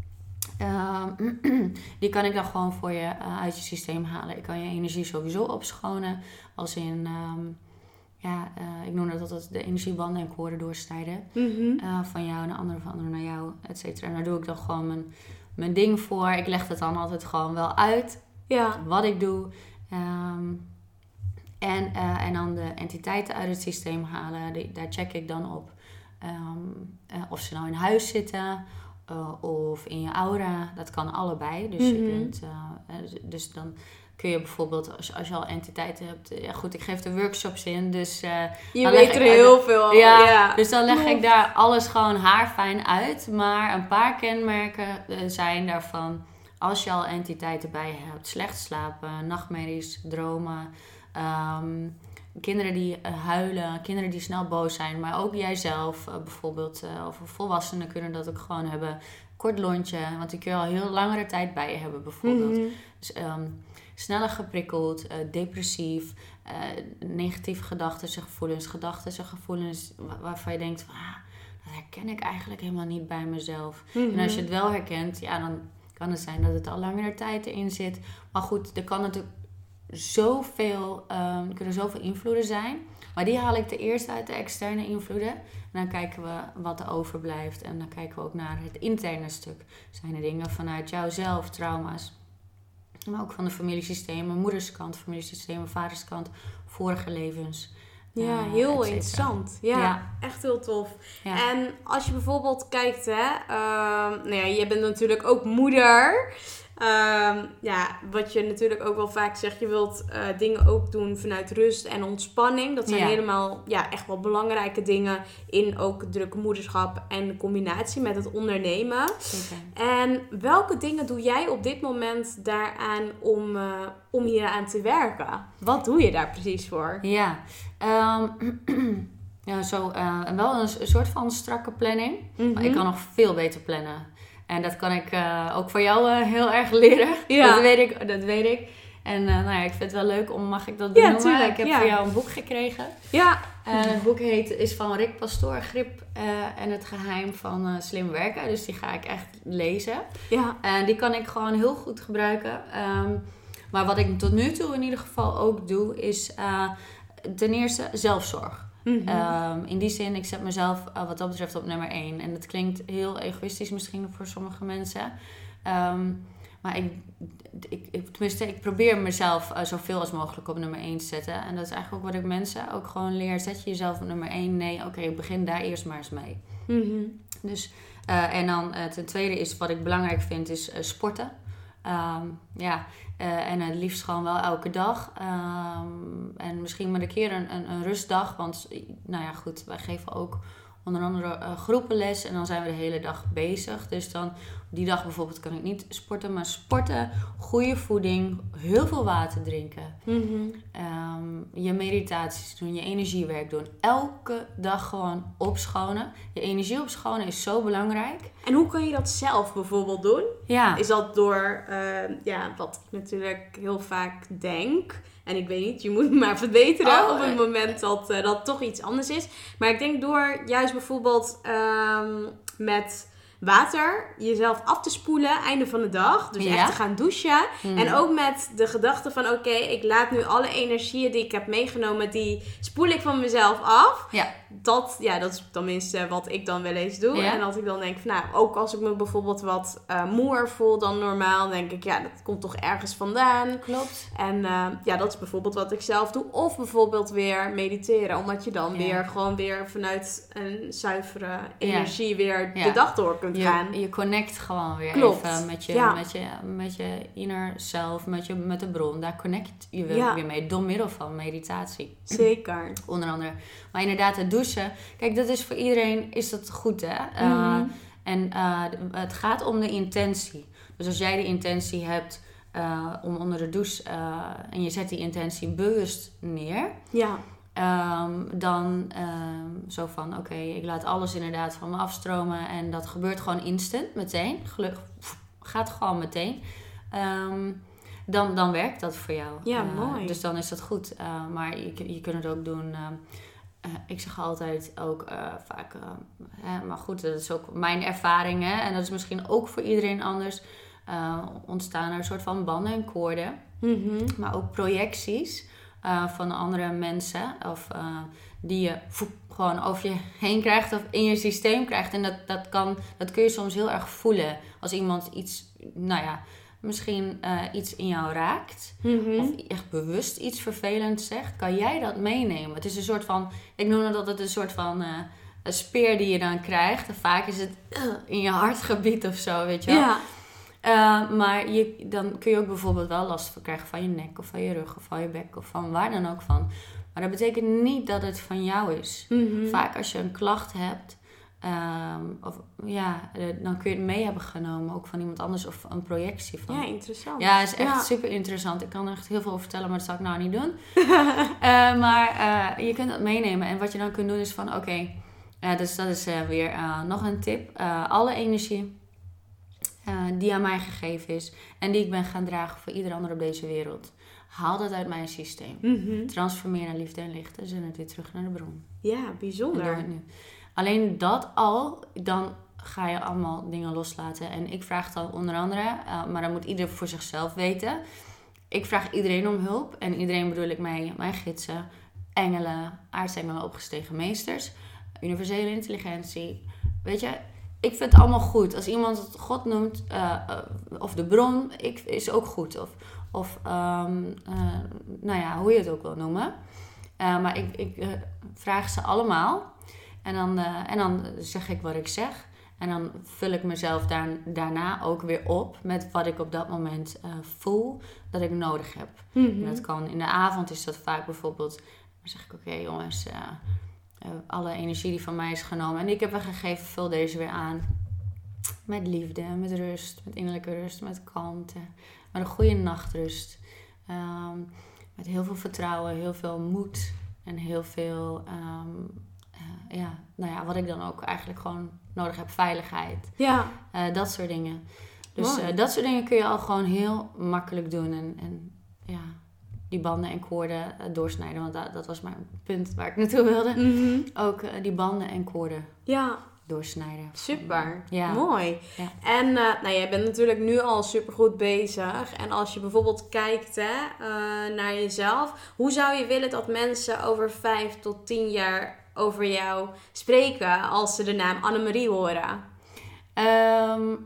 Um, die kan ik dan gewoon voor je uh, uit je systeem halen. Ik kan je energie sowieso opschonen. Als in, um, ja, uh, ik noem dat altijd de energiebanden en koorden doorsnijden. Mm-hmm. Uh, van jou naar anderen, van anderen naar jou, et cetera. En daar doe ik dan gewoon mijn, mijn ding voor. Ik leg het dan altijd gewoon wel uit. Ja. Wat ik doe. Um, en, uh, en dan de entiteiten uit het systeem halen. Die, daar check ik dan op. Um, uh, of ze nou in huis zitten... Uh, of in je aura, dat kan allebei. Dus, mm-hmm. je kunt, uh, dus dan kun je bijvoorbeeld, als, als je al entiteiten hebt... Ja goed, ik geef er workshops in, dus... Uh, je weet er heel uit, veel ja, ja, dus dan leg ik daar alles gewoon haarfijn uit. Maar een paar kenmerken uh, zijn daarvan... Als je al entiteiten bij hebt, slecht slapen, nachtmerries, dromen... Um, kinderen die uh, huilen, kinderen die snel boos zijn, maar ook jijzelf uh, bijvoorbeeld, uh, of volwassenen kunnen dat ook gewoon hebben. Kort lontje, want die kun je al heel langere tijd bij je hebben bijvoorbeeld. Mm-hmm. Dus um, sneller geprikkeld, uh, depressief, uh, negatieve gedachten en gevoelens, gedachten en gevoelens waar, waarvan je denkt van, ah, dat herken ik eigenlijk helemaal niet bij mezelf. Mm-hmm. En als je het wel herkent, ja, dan kan het zijn dat het al langere tijd erin zit. Maar goed, er kan natuurlijk zoveel, um, er kunnen zoveel invloeden zijn. Maar die haal ik de eerste uit de externe invloeden. En dan kijken we wat er overblijft. En dan kijken we ook naar het interne stuk. Zijn er dingen vanuit jouzelf, trauma's. Maar ook van de familiesystemen, moederskant, familiesystemen, vaderskant, vorige levens. Ja, uh, heel interessant. Ja, ja, echt heel tof. Ja. En als je bijvoorbeeld kijkt, hè, uh, nou ja, je bent natuurlijk ook moeder. Um, ja, wat je natuurlijk ook wel vaak zegt, je wilt uh, dingen ook doen vanuit rust en ontspanning. Dat zijn ja. helemaal ja, echt wel belangrijke dingen in ook drukke moederschap en de combinatie met het ondernemen. Okay. En welke dingen doe jij op dit moment daaraan om, uh, om hier aan te werken? Wat doe je daar precies voor? Ja, um, ja zo, uh, wel een, een soort van strakke planning. Mm-hmm. Maar ik kan nog veel beter plannen. En dat kan ik uh, ook van jou uh, heel erg leren. Ja. Dat weet ik. Dat weet ik. En uh, nou ja, ik vind het wel leuk om, mag ik dat benoemen? Ja, tuurlijk, ik heb ja. voor jou een boek gekregen. Ja. Uh, het boek heet, is van Rick Pastoor, Grip uh, en het geheim van uh, slim werken. Dus die ga ik echt lezen. Ja. En die kan ik gewoon heel goed gebruiken. Um, maar wat ik tot nu toe in ieder geval ook doe, is uh, ten eerste zelfzorg. Mm-hmm. Um, in die zin, ik zet mezelf uh, wat dat betreft op nummer één. En dat klinkt heel egoïstisch misschien voor sommige mensen. Um, maar ik, ik, ik, tenminste, ik probeer mezelf uh, zoveel als mogelijk op nummer één te zetten. En dat is eigenlijk ook wat ik mensen ook gewoon leer. Zet je jezelf op nummer één? Nee, oké, okay, begin daar eerst maar eens mee. Mm-hmm. Dus, uh, en dan uh, ten tweede is, wat ik belangrijk vind, is uh, sporten. Um, ja, uh, en het liefst gewoon wel elke dag. Um, en misschien maar een keer een, een, een rustdag. Want, nou ja, goed, wij geven ook onder andere uh, groepenles. En dan zijn we de hele dag bezig. Dus dan, die dag bijvoorbeeld kan ik niet sporten. Maar sporten, goede voeding, heel veel water drinken. Mm-hmm. Um, je meditaties doen, je energiewerk doen. Elke dag gewoon opschonen. Je energie opschonen is zo belangrijk. En hoe kan je dat zelf bijvoorbeeld doen? Ja. Is dat door, uh, ja, wat ik natuurlijk heel vaak denk. En ik weet niet, je moet me maar verbeteren oh, op het moment dat uh, dat toch iets anders is. Maar ik denk door juist bijvoorbeeld um, met water jezelf af te spoelen einde van de dag. Dus ja. echt te gaan douchen. Hmm. En ook met de gedachte van oké, okay, ik laat nu alle energieën die ik heb meegenomen, die spoel ik van mezelf af. Ja. Dat, ja, dat is tenminste wat ik dan wel eens doe. Ja. En als ik dan denk van nou, ook als ik me bijvoorbeeld wat uh, moer voel dan normaal, denk ik ja, dat komt toch ergens vandaan. Klopt. En uh, ja, dat is bijvoorbeeld wat ik zelf doe. Of bijvoorbeeld weer mediteren. Omdat je dan ja. weer gewoon weer vanuit een zuivere energie ja. weer ja. de dag door kunt je, gaan. Je connect gewoon weer Klopt. even met je, ja. met je, met je inner self, met, je, met de bron. Daar connect je weer, ja. weer mee door middel van meditatie. Zeker. Onder andere. Maar inderdaad, het douchen. Kijk, dat is voor iedereen is dat goed, hè? Mm-hmm. Uh, en uh, het gaat om de intentie. Dus als jij de intentie hebt uh, om onder de douche uh, en je zet die intentie bewust neer. Ja. Um, dan um, zo van, oké, okay, ik laat alles inderdaad van me afstromen. En dat gebeurt gewoon instant, meteen. Gelukkig gaat gewoon meteen. Um, dan, dan werkt dat voor jou. Ja, uh, mooi. Dus dan is dat goed. Uh, maar je, je kunt het ook doen. Uh, uh, ik zeg altijd ook uh, vaak, uh, hè, maar goed, dat is ook mijn ervaring. Hè, en dat is misschien ook voor iedereen anders. Uh, ontstaan er een soort van banden en koorden. Mm-hmm. Maar ook projecties. Uh, van andere mensen of uh, die je voep, gewoon over je heen krijgt of in je systeem krijgt. En dat, dat, kan, dat kun je soms heel erg voelen als iemand iets, nou ja, misschien uh, iets in jou raakt. Mm-hmm. Of echt bewust iets vervelends zegt. Kan jij dat meenemen? Het is een soort van, ik noem dat het een soort van uh, een speer die je dan krijgt. En vaak is het uh, in je hartgebied of zo, weet je wel. Ja. Uh, maar je, dan kun je ook bijvoorbeeld wel last van krijgen van je nek of van je rug of van je bek of van waar dan ook van. Maar dat betekent niet dat het van jou is. Mm-hmm. Vaak als je een klacht hebt, Um, of ja, dan kun je het mee hebben genomen, ook van iemand anders of een projectie van. Ja, interessant. Ja, het is echt ja. super interessant. Ik kan er echt heel veel over vertellen, maar dat zal ik nou niet doen. uh, maar uh, je kunt dat meenemen. En wat je dan kunt doen is van, oké, okay, uh, dus dat is uh, weer uh, nog een tip. Uh, alle energie uh, die aan mij gegeven is en die ik ben gaan dragen voor ieder ander op deze wereld, haal dat uit mijn systeem. Mm-hmm. Transformeer naar liefde en licht en zend het weer terug naar de bron. Ja, bijzonder. En doe het nu. Alleen dat al, dan ga je allemaal dingen loslaten. En ik vraag dan onder andere, uh, maar dan moet ieder voor zichzelf weten. Ik vraag iedereen om hulp. En iedereen bedoel ik mij, mijn gidsen, engelen, aartsengelen, opgestegen meesters, universele intelligentie. Weet je, ik vind het allemaal goed. Als iemand het God noemt, uh, uh, of de bron, ik, is ook goed. Of, of um, uh, nou ja, hoe je het ook wil noemen. Uh, maar ik, ik uh, vraag ze allemaal. En dan, uh, en dan zeg ik wat ik zeg. En dan vul ik mezelf daar, daarna ook weer op met wat ik op dat moment uh, voel dat ik nodig heb. Mm-hmm. En dat kan in de avond is dat vaak bijvoorbeeld. Dan zeg ik, oké okay, jongens, uh, uh, alle energie die van mij is genomen. En die ik heb weggegeven, vul deze weer aan. Met liefde, met rust, met innerlijke rust, met kalmte. Met een goede nachtrust. Um, met heel veel vertrouwen, heel veel moed. En heel veel... Um, Uh, ja, nou ja, wat ik dan ook eigenlijk gewoon nodig heb. Veiligheid. Ja. Uh, dat soort dingen. Dus uh, dat soort dingen kun je al gewoon heel makkelijk doen. En, en ja, die banden en koorden uh, doorsnijden. Want dat, dat was mijn punt waar ik naartoe wilde. Mm-hmm. Ook uh, die banden en koorden ja. doorsnijden. Super. Ja. Mooi. Ja. En uh, nou, jij bent natuurlijk nu al supergoed bezig. En als je bijvoorbeeld kijkt hè, uh, naar jezelf. Hoe zou je willen dat mensen over vijf tot tien jaar... over jou spreken als ze de naam Annemarie horen? Um,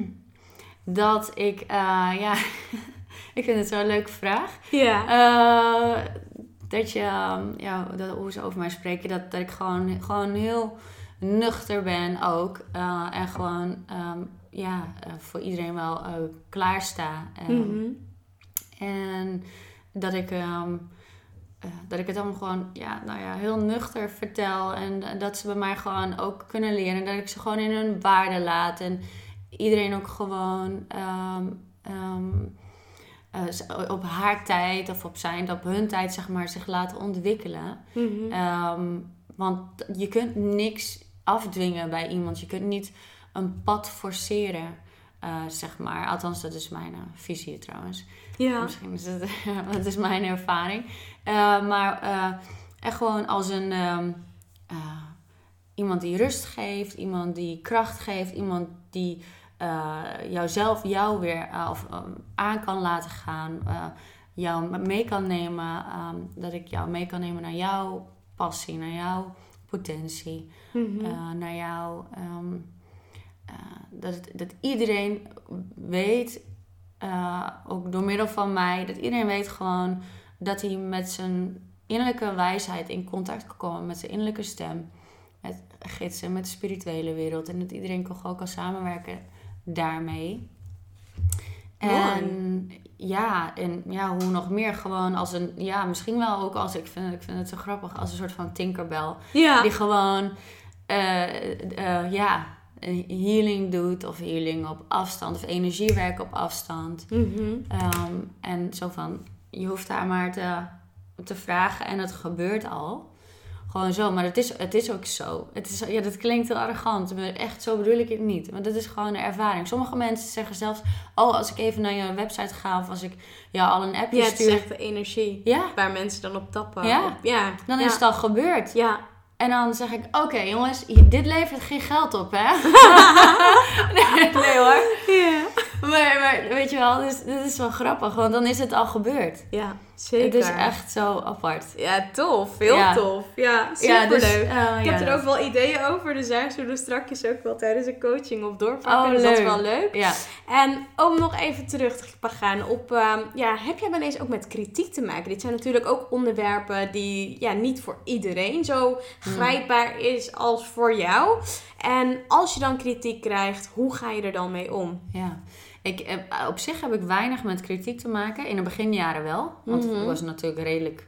dat ik, uh, ja, ik vind het zo'n leuke vraag. Ja. Uh, dat je, um, ja, dat, hoe ze over mij spreken, dat, dat ik gewoon, gewoon heel nuchter ben ook. Uh, en gewoon, um, ja, uh, voor iedereen wel uh, klaarsta. Um, mm-hmm. En dat ik... Um, Uh, dat ik het allemaal gewoon ja, nou ja, heel nuchter vertel. En uh, dat ze bij mij gewoon ook kunnen leren. Dat ik ze gewoon in hun waarde laat. En iedereen ook gewoon um, um, uh, op haar tijd of op zijn, op hun tijd zeg maar, zich laten ontwikkelen. Mm-hmm. Um, want je kunt niks afdwingen bij iemand. Je kunt niet een pad forceren. Uh, zeg maar. Althans, dat is mijn uh, visie trouwens. Ja. Misschien is het, dat is mijn ervaring. Uh, maar uh, echt gewoon als een um, uh, iemand die rust geeft, iemand die kracht geeft, iemand die uh, jouzelf jou weer uh, of, um, aan kan laten gaan, uh, jou mee kan nemen, um, dat ik jou mee kan nemen naar jouw passie, naar jouw potentie, mm-hmm. uh, naar jouw um, Uh, dat, het, dat iedereen weet, uh, ook door middel van mij, dat iedereen weet gewoon dat hij met zijn innerlijke wijsheid in contact kan komen, met zijn innerlijke stem, met gidsen, met de spirituele wereld. En dat iedereen gewoon kan samenwerken daarmee. En ja, en ja, hoe nog meer gewoon als een, ja, misschien wel ook als, ik vind, ik vind het zo grappig, als een soort van Tinkerbell. Ja. Die gewoon, uh, uh, ja... healing doet of healing op afstand of energiewerk op afstand. Mm-hmm. Um, en zo van, je hoeft daar maar te, te vragen en het gebeurt al. Gewoon zo, maar het is, het is ook zo. Het is, ja, dat klinkt heel arrogant, maar echt zo bedoel ik het niet. Want dat is gewoon een ervaring. Sommige mensen zeggen zelfs, oh, als ik even naar je website ga of als ik jou al een appje ja, stuur. Ja, het is echt de energie ja? waar mensen dan op tappen. Ja, op, ja. dan ja. is het al gebeurd. Ja. En dan zeg ik, oké okay, jongens, dit levert geen geld op, hè? nee, nee hoor. Yeah. Maar, maar weet je wel, dit, dit is wel grappig, want dan is het al gebeurd. Ja, zeker. Het is echt zo apart. Ja, tof. Heel ja. tof. Ja, superleuk. Ja, dus, uh, ik heb ja, er ook wel ideeën over, dus daar zullen we straks ook wel tijdens een coaching op doorpakken. Oh, dus leuk. Dat is wel leuk. Ja. En om nog even terug te gaan op, uh, ja, heb jij wel eens ook met kritiek te maken? Dit zijn natuurlijk ook onderwerpen die ja, niet voor iedereen zo grijpbaar hmm. is als voor jou. En als je dan kritiek krijgt, hoe ga je er dan mee om? Ja. Ik, op zich heb ik weinig met kritiek te maken. In de beginjaren wel. Want mm-hmm. ik was natuurlijk redelijk uh,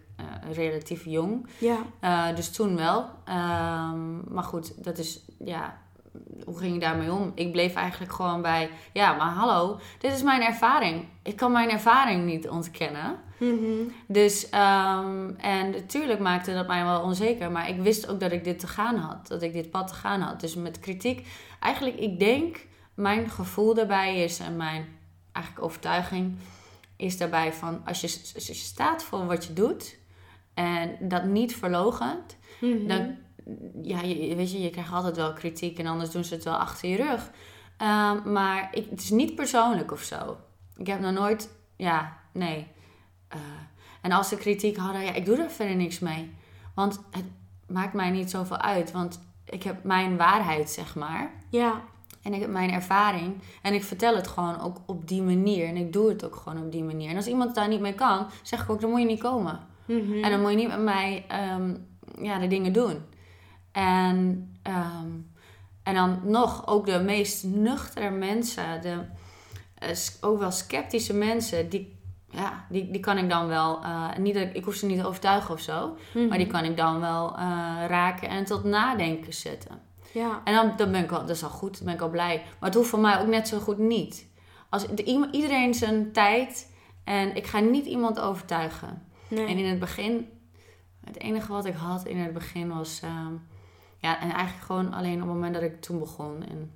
relatief jong. Ja. Uh, dus toen wel. Um, maar goed, dat is, ja, hoe ging ik daarmee om? Ik bleef eigenlijk gewoon bij, ja, maar hallo, dit is mijn ervaring. Ik kan mijn ervaring niet ontkennen. Mm-hmm. Dus, um, en natuurlijk maakte dat mij wel onzeker. Maar ik wist ook dat ik dit te gaan had. Dat ik dit pad te gaan had. Dus met kritiek, eigenlijk, ik denk, mijn gevoel daarbij is, en mijn eigenlijk overtuiging is daarbij van, als je, als je staat voor wat je doet en dat niet verloochent, mm-hmm. dan, ja, je, weet je, je krijgt altijd wel kritiek en anders doen ze het wel achter je rug. Uh, maar ik, het is niet persoonlijk of zo. Ik heb nog nooit, ja, nee. Uh, en als ze kritiek hadden, ja, ik doe er verder niks mee. Want het maakt mij niet zoveel uit, want ik heb mijn waarheid, zeg maar. Ja. En ik heb mijn ervaring. En ik vertel het gewoon ook op die manier. En ik doe het ook gewoon op die manier. En als iemand daar niet mee kan, zeg ik ook, dan moet je niet komen. Mm-hmm. En dan moet je niet met mij um, ja, de dingen doen. En, um, en dan nog, ook de meest nuchtere mensen, de, uh, ook wel sceptische mensen, die, ja, die, die kan ik dan wel, uh, niet dat ik, ik hoef ze niet te overtuigen of zo, mm-hmm. maar die kan ik dan wel uh, raken en tot nadenken zetten. Ja. En dan, dan ben ik al, dat is al goed, dan ben ik al blij. Maar het hoeft voor mij ook net zo goed niet. Als de, iedereen zijn tijd en ik ga niet iemand overtuigen. Nee. En in het begin, het enige wat ik had in het begin was, um, ja, en eigenlijk gewoon alleen op het moment dat ik toen begon. En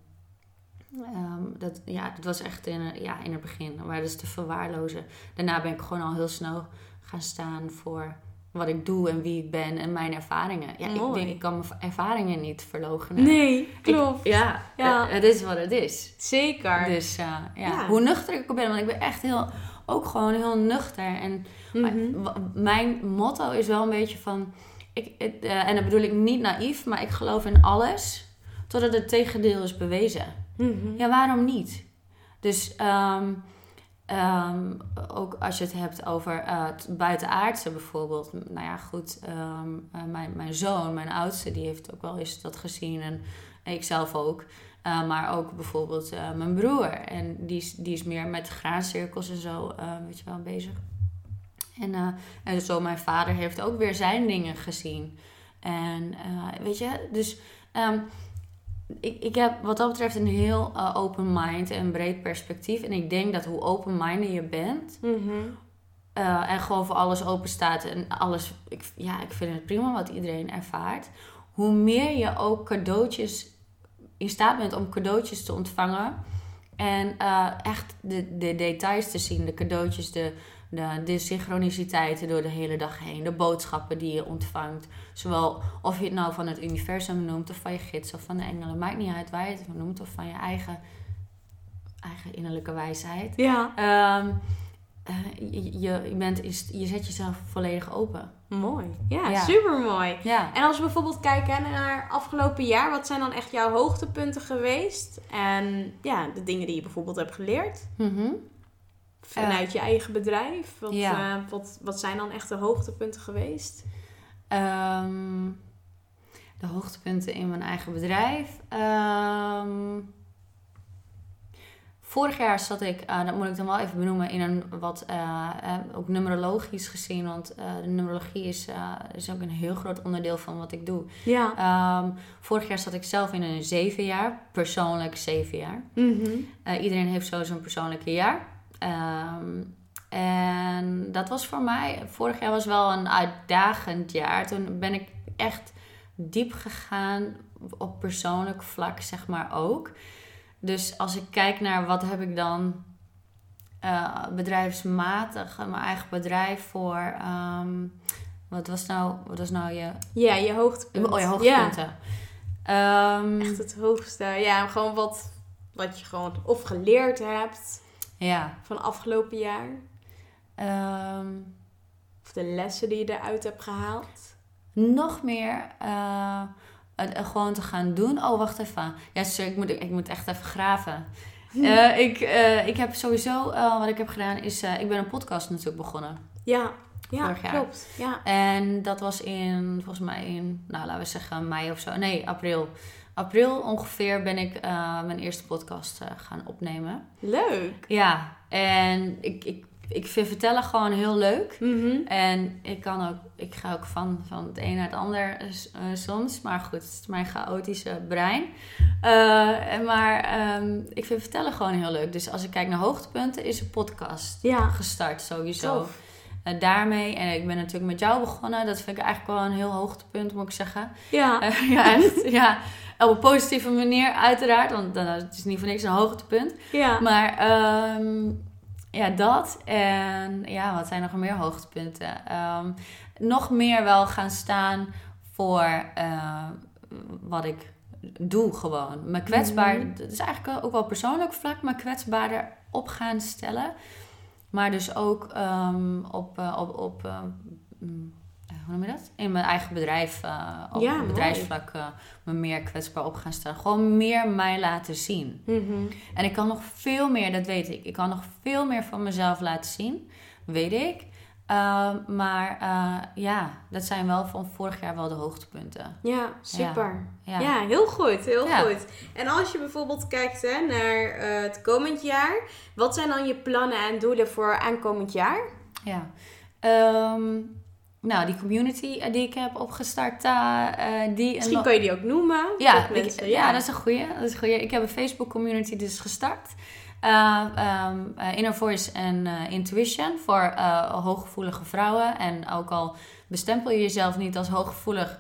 um, dat, ja, dat was echt in, ja, in het begin, maar dat is te verwaarlozen. Daarna ben ik gewoon al heel snel gaan staan voor wat ik doe en wie ik ben en mijn ervaringen. Ja, Mooi. ik denk, ik kan mijn ervaringen niet verloochenen. Nee, klopt. Ik, ja, ja. Het, het is wat het is. Zeker. Dus uh, ja. ja, hoe nuchter ik ook ben, want ik ben echt heel, ook gewoon heel nuchter. En mm-hmm. mijn, mijn motto is wel een beetje van, ik, het, uh, en dat bedoel ik niet naïef, maar ik geloof in alles totdat het tegendeel is bewezen. Mm-hmm. Ja, waarom niet? Dus um, Um, ook als je het hebt over uh, het buitenaardse bijvoorbeeld. Nou ja, goed. Um, uh, mijn, mijn zoon, mijn oudste, die heeft ook wel eens dat gezien. En ik zelf ook. Uh, maar ook bijvoorbeeld uh, mijn broer. En die is, die is meer met graancirkels en zo, uh, weet je wel, bezig. En, uh, en zo mijn vader heeft ook weer zijn dingen gezien. En uh, weet je, dus... Um, Ik, ik heb wat dat betreft een heel uh, open mind en een breed perspectief. En ik denk dat hoe open-minded je bent... Mm-hmm. Uh, en gewoon voor alles open staat en alles... Ik, ja, ik vind het prima wat iedereen ervaart. Hoe meer je ook cadeautjes... in staat bent om cadeautjes te ontvangen... en uh, echt de, de details te zien. De cadeautjes, de, de, de synchroniciteiten door de hele dag heen. De boodschappen die je ontvangt. Zowel of je het nou van het universum noemt... of van je gids of van de engelen. Maakt niet uit waar je het noemt. Of van je eigen, eigen innerlijke wijsheid. Ja. Um, uh, je, je, bent, je zet jezelf volledig open. Mooi. Ja, ja. super mooi. Ja. En als we bijvoorbeeld kijken naar afgelopen jaar... wat zijn dan echt jouw hoogtepunten geweest? En ja, de dingen die je bijvoorbeeld hebt geleerd... Mm-hmm. Vanuit uh, je eigen bedrijf. Wat, ja. uh, wat, wat zijn dan echt de hoogtepunten geweest? Um, de hoogtepunten in mijn eigen bedrijf. Um, vorig jaar zat ik, uh, dat moet ik dan wel even benoemen, in een wat uh, uh, ook numerologisch gezien. Want uh, de numerologie is, uh, is ook een heel groot onderdeel van wat ik doe. Ja. Um, vorig jaar zat ik zelf in een zeven jaar. Persoonlijk zeven jaar. Mm-hmm. Uh, iedereen heeft zo zo'n persoonlijke jaar. Um, en dat was voor mij, vorig jaar was wel een uitdagend jaar. Toen ben ik echt diep gegaan op persoonlijk vlak, zeg maar ook. Dus als ik kijk naar wat heb ik dan uh, bedrijfsmatig, mijn eigen bedrijf voor, um, wat was nou, wat was nou je... Ja, je hoogtepunten. Oh, je hoogtepunten. Ja. Um, echt het hoogste. Ja, gewoon wat, wat je gewoon of geleerd hebt. Ja. Van afgelopen jaar. Um, of de lessen die je eruit hebt gehaald. Nog meer uh, uh, gewoon te gaan doen. Oh, wacht even. Ja, sorry, ik moet, ik moet echt even graven. Uh, ik, uh, ik heb sowieso, uh, wat ik heb gedaan is, uh, ik ben een podcast natuurlijk begonnen. Ja, ja, vorig jaar. Klopt. Ja. En dat was in, volgens mij in, nou laten we zeggen mei of zo. Nee, april. April ongeveer ben ik uh, mijn eerste podcast uh, gaan opnemen. Leuk. Ja, en ik, ik ik vind vertellen gewoon heel leuk. Mm-hmm. En ik kan ook, ik ga ook van, van het een naar het ander uh, soms. Maar goed, het is mijn chaotische brein. Uh, maar um, ik vind vertellen gewoon heel leuk. Dus als ik kijk naar hoogtepunten, is een podcast ja. gestart sowieso. Tof. Uh, daarmee, en ik ben natuurlijk met jou begonnen. Dat vind ik eigenlijk wel een heel hoogtepunt, moet ik zeggen. Ja. Uh, ja, echt. Ja. Op een positieve manier uiteraard. Want uh, het is niet voor niks een hoogtepunt. Ja. Maar um, ja, dat. En ja, wat zijn nog meer hoogtepunten? Um, nog meer wel gaan staan voor uh, wat ik doe gewoon. Me kwetsbaar, mm-hmm. dat is eigenlijk ook wel persoonlijk vlak, maar kwetsbaarder op gaan stellen. Maar dus ook um, op, uh, op, op uh, um, hoe noem je dat? In mijn eigen bedrijf, uh, op ja, bedrijfsvlak uh, me meer kwetsbaar op gaan stellen. Gewoon meer mij laten zien. Mm-hmm. En ik kan nog veel meer, dat weet ik. Ik kan nog veel meer van mezelf laten zien, weet ik. Uh, maar uh, ja, dat zijn wel van vorig jaar wel de hoogtepunten. Ja, super. Ja, ja. ja heel goed, heel ja. goed. En als je bijvoorbeeld kijkt hè, naar uh, het komend jaar, wat zijn dan je plannen en doelen voor aankomend jaar? Ja, um, nou die community die ik heb opgestart, uh, die... Misschien een... kan je die ook noemen. Ja, mensen, ik, ja. ja, dat is een goeie. Dat is een goeie. Ik heb een Facebook community dus gestart. Uh, um, uh, Inner Voice en uh, Intuition voor uh, hooggevoelige vrouwen. En ook al bestempel je jezelf niet als hooggevoelig,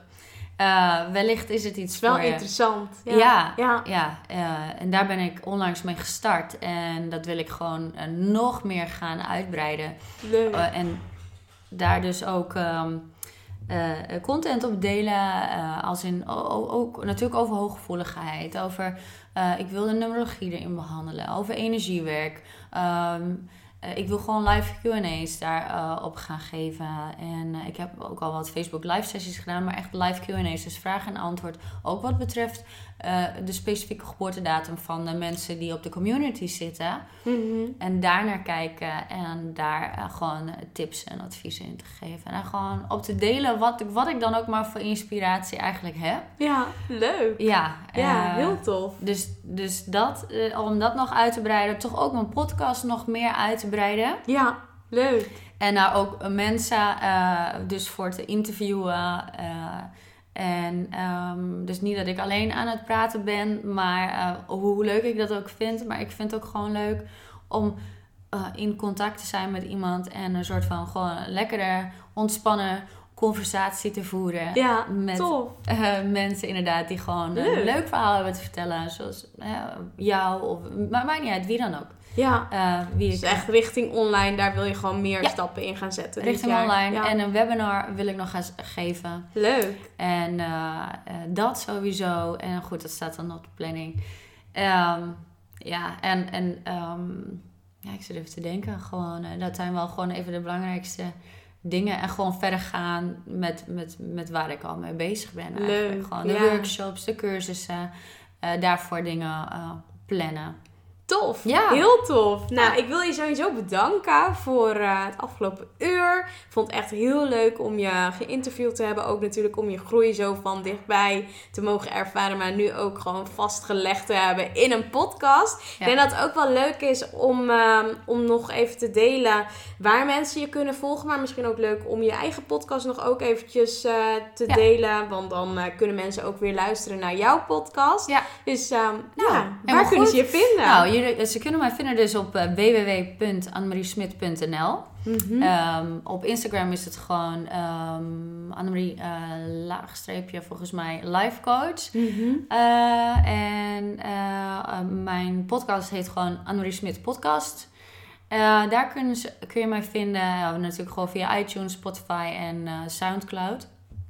uh, wellicht is het iets wel voor je. Interessant. Ja, ja, ja. ja uh, en daar ben ik onlangs mee gestart. En dat wil ik gewoon uh, nog meer gaan uitbreiden. Leuk. Uh, en daar dus ook um, uh, content op delen. Uh, als in ook, ook natuurlijk over hooggevoeligheid, over... Uh, ik wil de numerologie erin behandelen. Over energiewerk. Um, uh, ik wil gewoon live Q en A's daarop uh, op gaan geven. En uh, ik heb ook al wat Facebook live sessies gedaan. Maar echt live Q en A's. Dus vraag en antwoord. Ook wat betreft uh, de specifieke geboortedatum van de mensen die op de community zitten. Mm-hmm. En daar naar kijken. En daar uh, gewoon uh, tips en adviezen in te geven. En gewoon op te delen wat ik, wat ik dan ook maar voor inspiratie eigenlijk heb. Ja, leuk. Ja, ja uh, heel tof. Dus, dus dat, uh, om dat nog uit te breiden. Toch ook mijn podcast nog meer uit te breiden. Ja, leuk. En nou ook mensen uh, dus voor te interviewen. Uh, en um, dus niet dat ik alleen aan het praten ben. Maar uh, hoe leuk ik dat ook vind. Maar ik vind het ook gewoon leuk om uh, in contact te zijn met iemand. En een soort van gewoon lekkere, ontspannen conversatie te voeren. Ja, met tof. Uh, mensen inderdaad die gewoon leuk. een leuk verhaal hebben te vertellen. Zoals uh, jou of maar maakt niet uit wie dan ook. Ja, uh, wie dus ik echt richting online, daar wil je gewoon meer ja. stappen in gaan zetten. Richting online. Ja. En een webinar wil ik nog gaan geven. Leuk. En uh, uh, dat sowieso. En goed, dat staat dan nog op de planning. Um, ja, en, en um, ja, ik zit even te denken. Gewoon, uh, dat zijn wel gewoon even de belangrijkste dingen. En gewoon verder gaan met, met, met waar ik al mee bezig ben. Eigenlijk. Leuk. Gewoon de ja. workshops, de cursussen. Uh, daarvoor dingen uh, plannen. Tof, ja. heel tof. Nou, ik wil je sowieso bedanken voor uh, het afgelopen uur. Ik vond het echt heel leuk om je geïnterviewd te hebben. Ook natuurlijk om je groei zo van dichtbij te mogen ervaren. Maar nu ook gewoon vastgelegd te hebben in een podcast. Ja. Ik denk dat het ook wel leuk is om, uh, om nog even te delen waar mensen je kunnen volgen. Maar misschien ook leuk om je eigen podcast nog ook eventjes uh, te ja. delen. Want dan uh, kunnen mensen ook weer luisteren naar jouw podcast. Ja. Dus uh, nou, ja, waar kunnen ze je vinden? Nou, ze kunnen mij vinden dus op uh, w w w punt annemariesmit punt n l. Mm-hmm. Um, op Instagram is het gewoon um, Annemarie uh, laagstreepje volgens mij life coach. Mm-hmm. Uh, en uh, uh, mijn podcast heet gewoon Annemarie Smit podcast. Uh, daar kun je, kun je mij vinden. Uh, natuurlijk gewoon via iTunes, Spotify en uh, Soundcloud.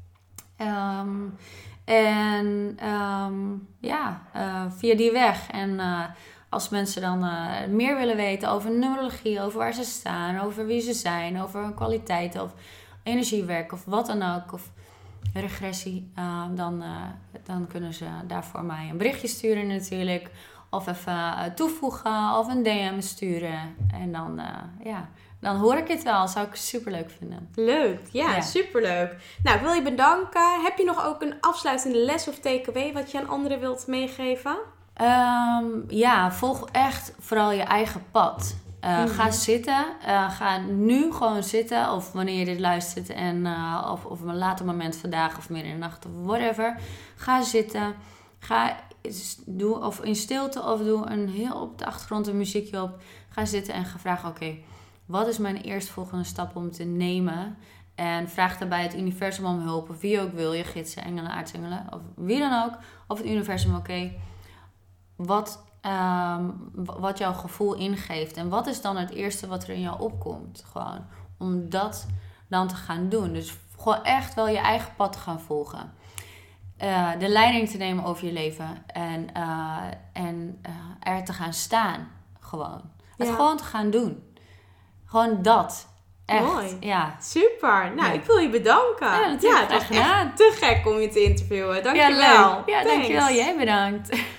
Um, en um, ja, uh, via die weg. En uh, als mensen dan uh, meer willen weten over numerologie, over waar ze staan, over wie ze zijn, over hun kwaliteiten of energiewerk of wat dan ook, of regressie, uh, dan, uh, dan kunnen ze daarvoor mij een berichtje sturen natuurlijk. Of even uh, toevoegen of een D M sturen. En dan, uh, ja, dan hoor ik het wel. Zou ik super leuk vinden. Leuk, ja, ja, superleuk. Nou, ik wil je bedanken. Heb je nog ook een afsluitende les of takeaway wat je aan anderen wilt meegeven? Um, ja, volg echt vooral je eigen pad. Uh, Mm-hmm. Ga zitten. Uh, ga nu gewoon zitten. Of wanneer je dit luistert. En, uh, of, of een later moment vandaag. Of midden in de nacht. Of whatever. Ga zitten. Ga doe, of in stilte. Of doe een heel op de achtergrond een muziekje op. Ga zitten en ga vragen. Oké, okay, wat is mijn eerstvolgende stap om te nemen? En vraag daarbij het universum om hulp. Of wie ook wil. Je gidsen, engelen, aartsengelen. Of wie dan ook. Of het universum. Oké. Okay, wat... Um, wat jouw gevoel ingeeft. En wat is dan het eerste wat er in jou opkomt? Gewoon om dat dan te gaan doen. Dus gewoon echt wel je eigen pad te gaan volgen. Uh, de leiding te nemen over je leven. En, uh, en uh, er te gaan staan. Gewoon. Het ja. gewoon te gaan doen. Gewoon dat. Echt. Mooi. Ja. Super. Nou, ja. ik wil je bedanken. Ja, natuurlijk. Ja, het was echt te gek om je te interviewen. Dankjewel. Ja, leuk. Ja, dankjewel. Jij bedankt.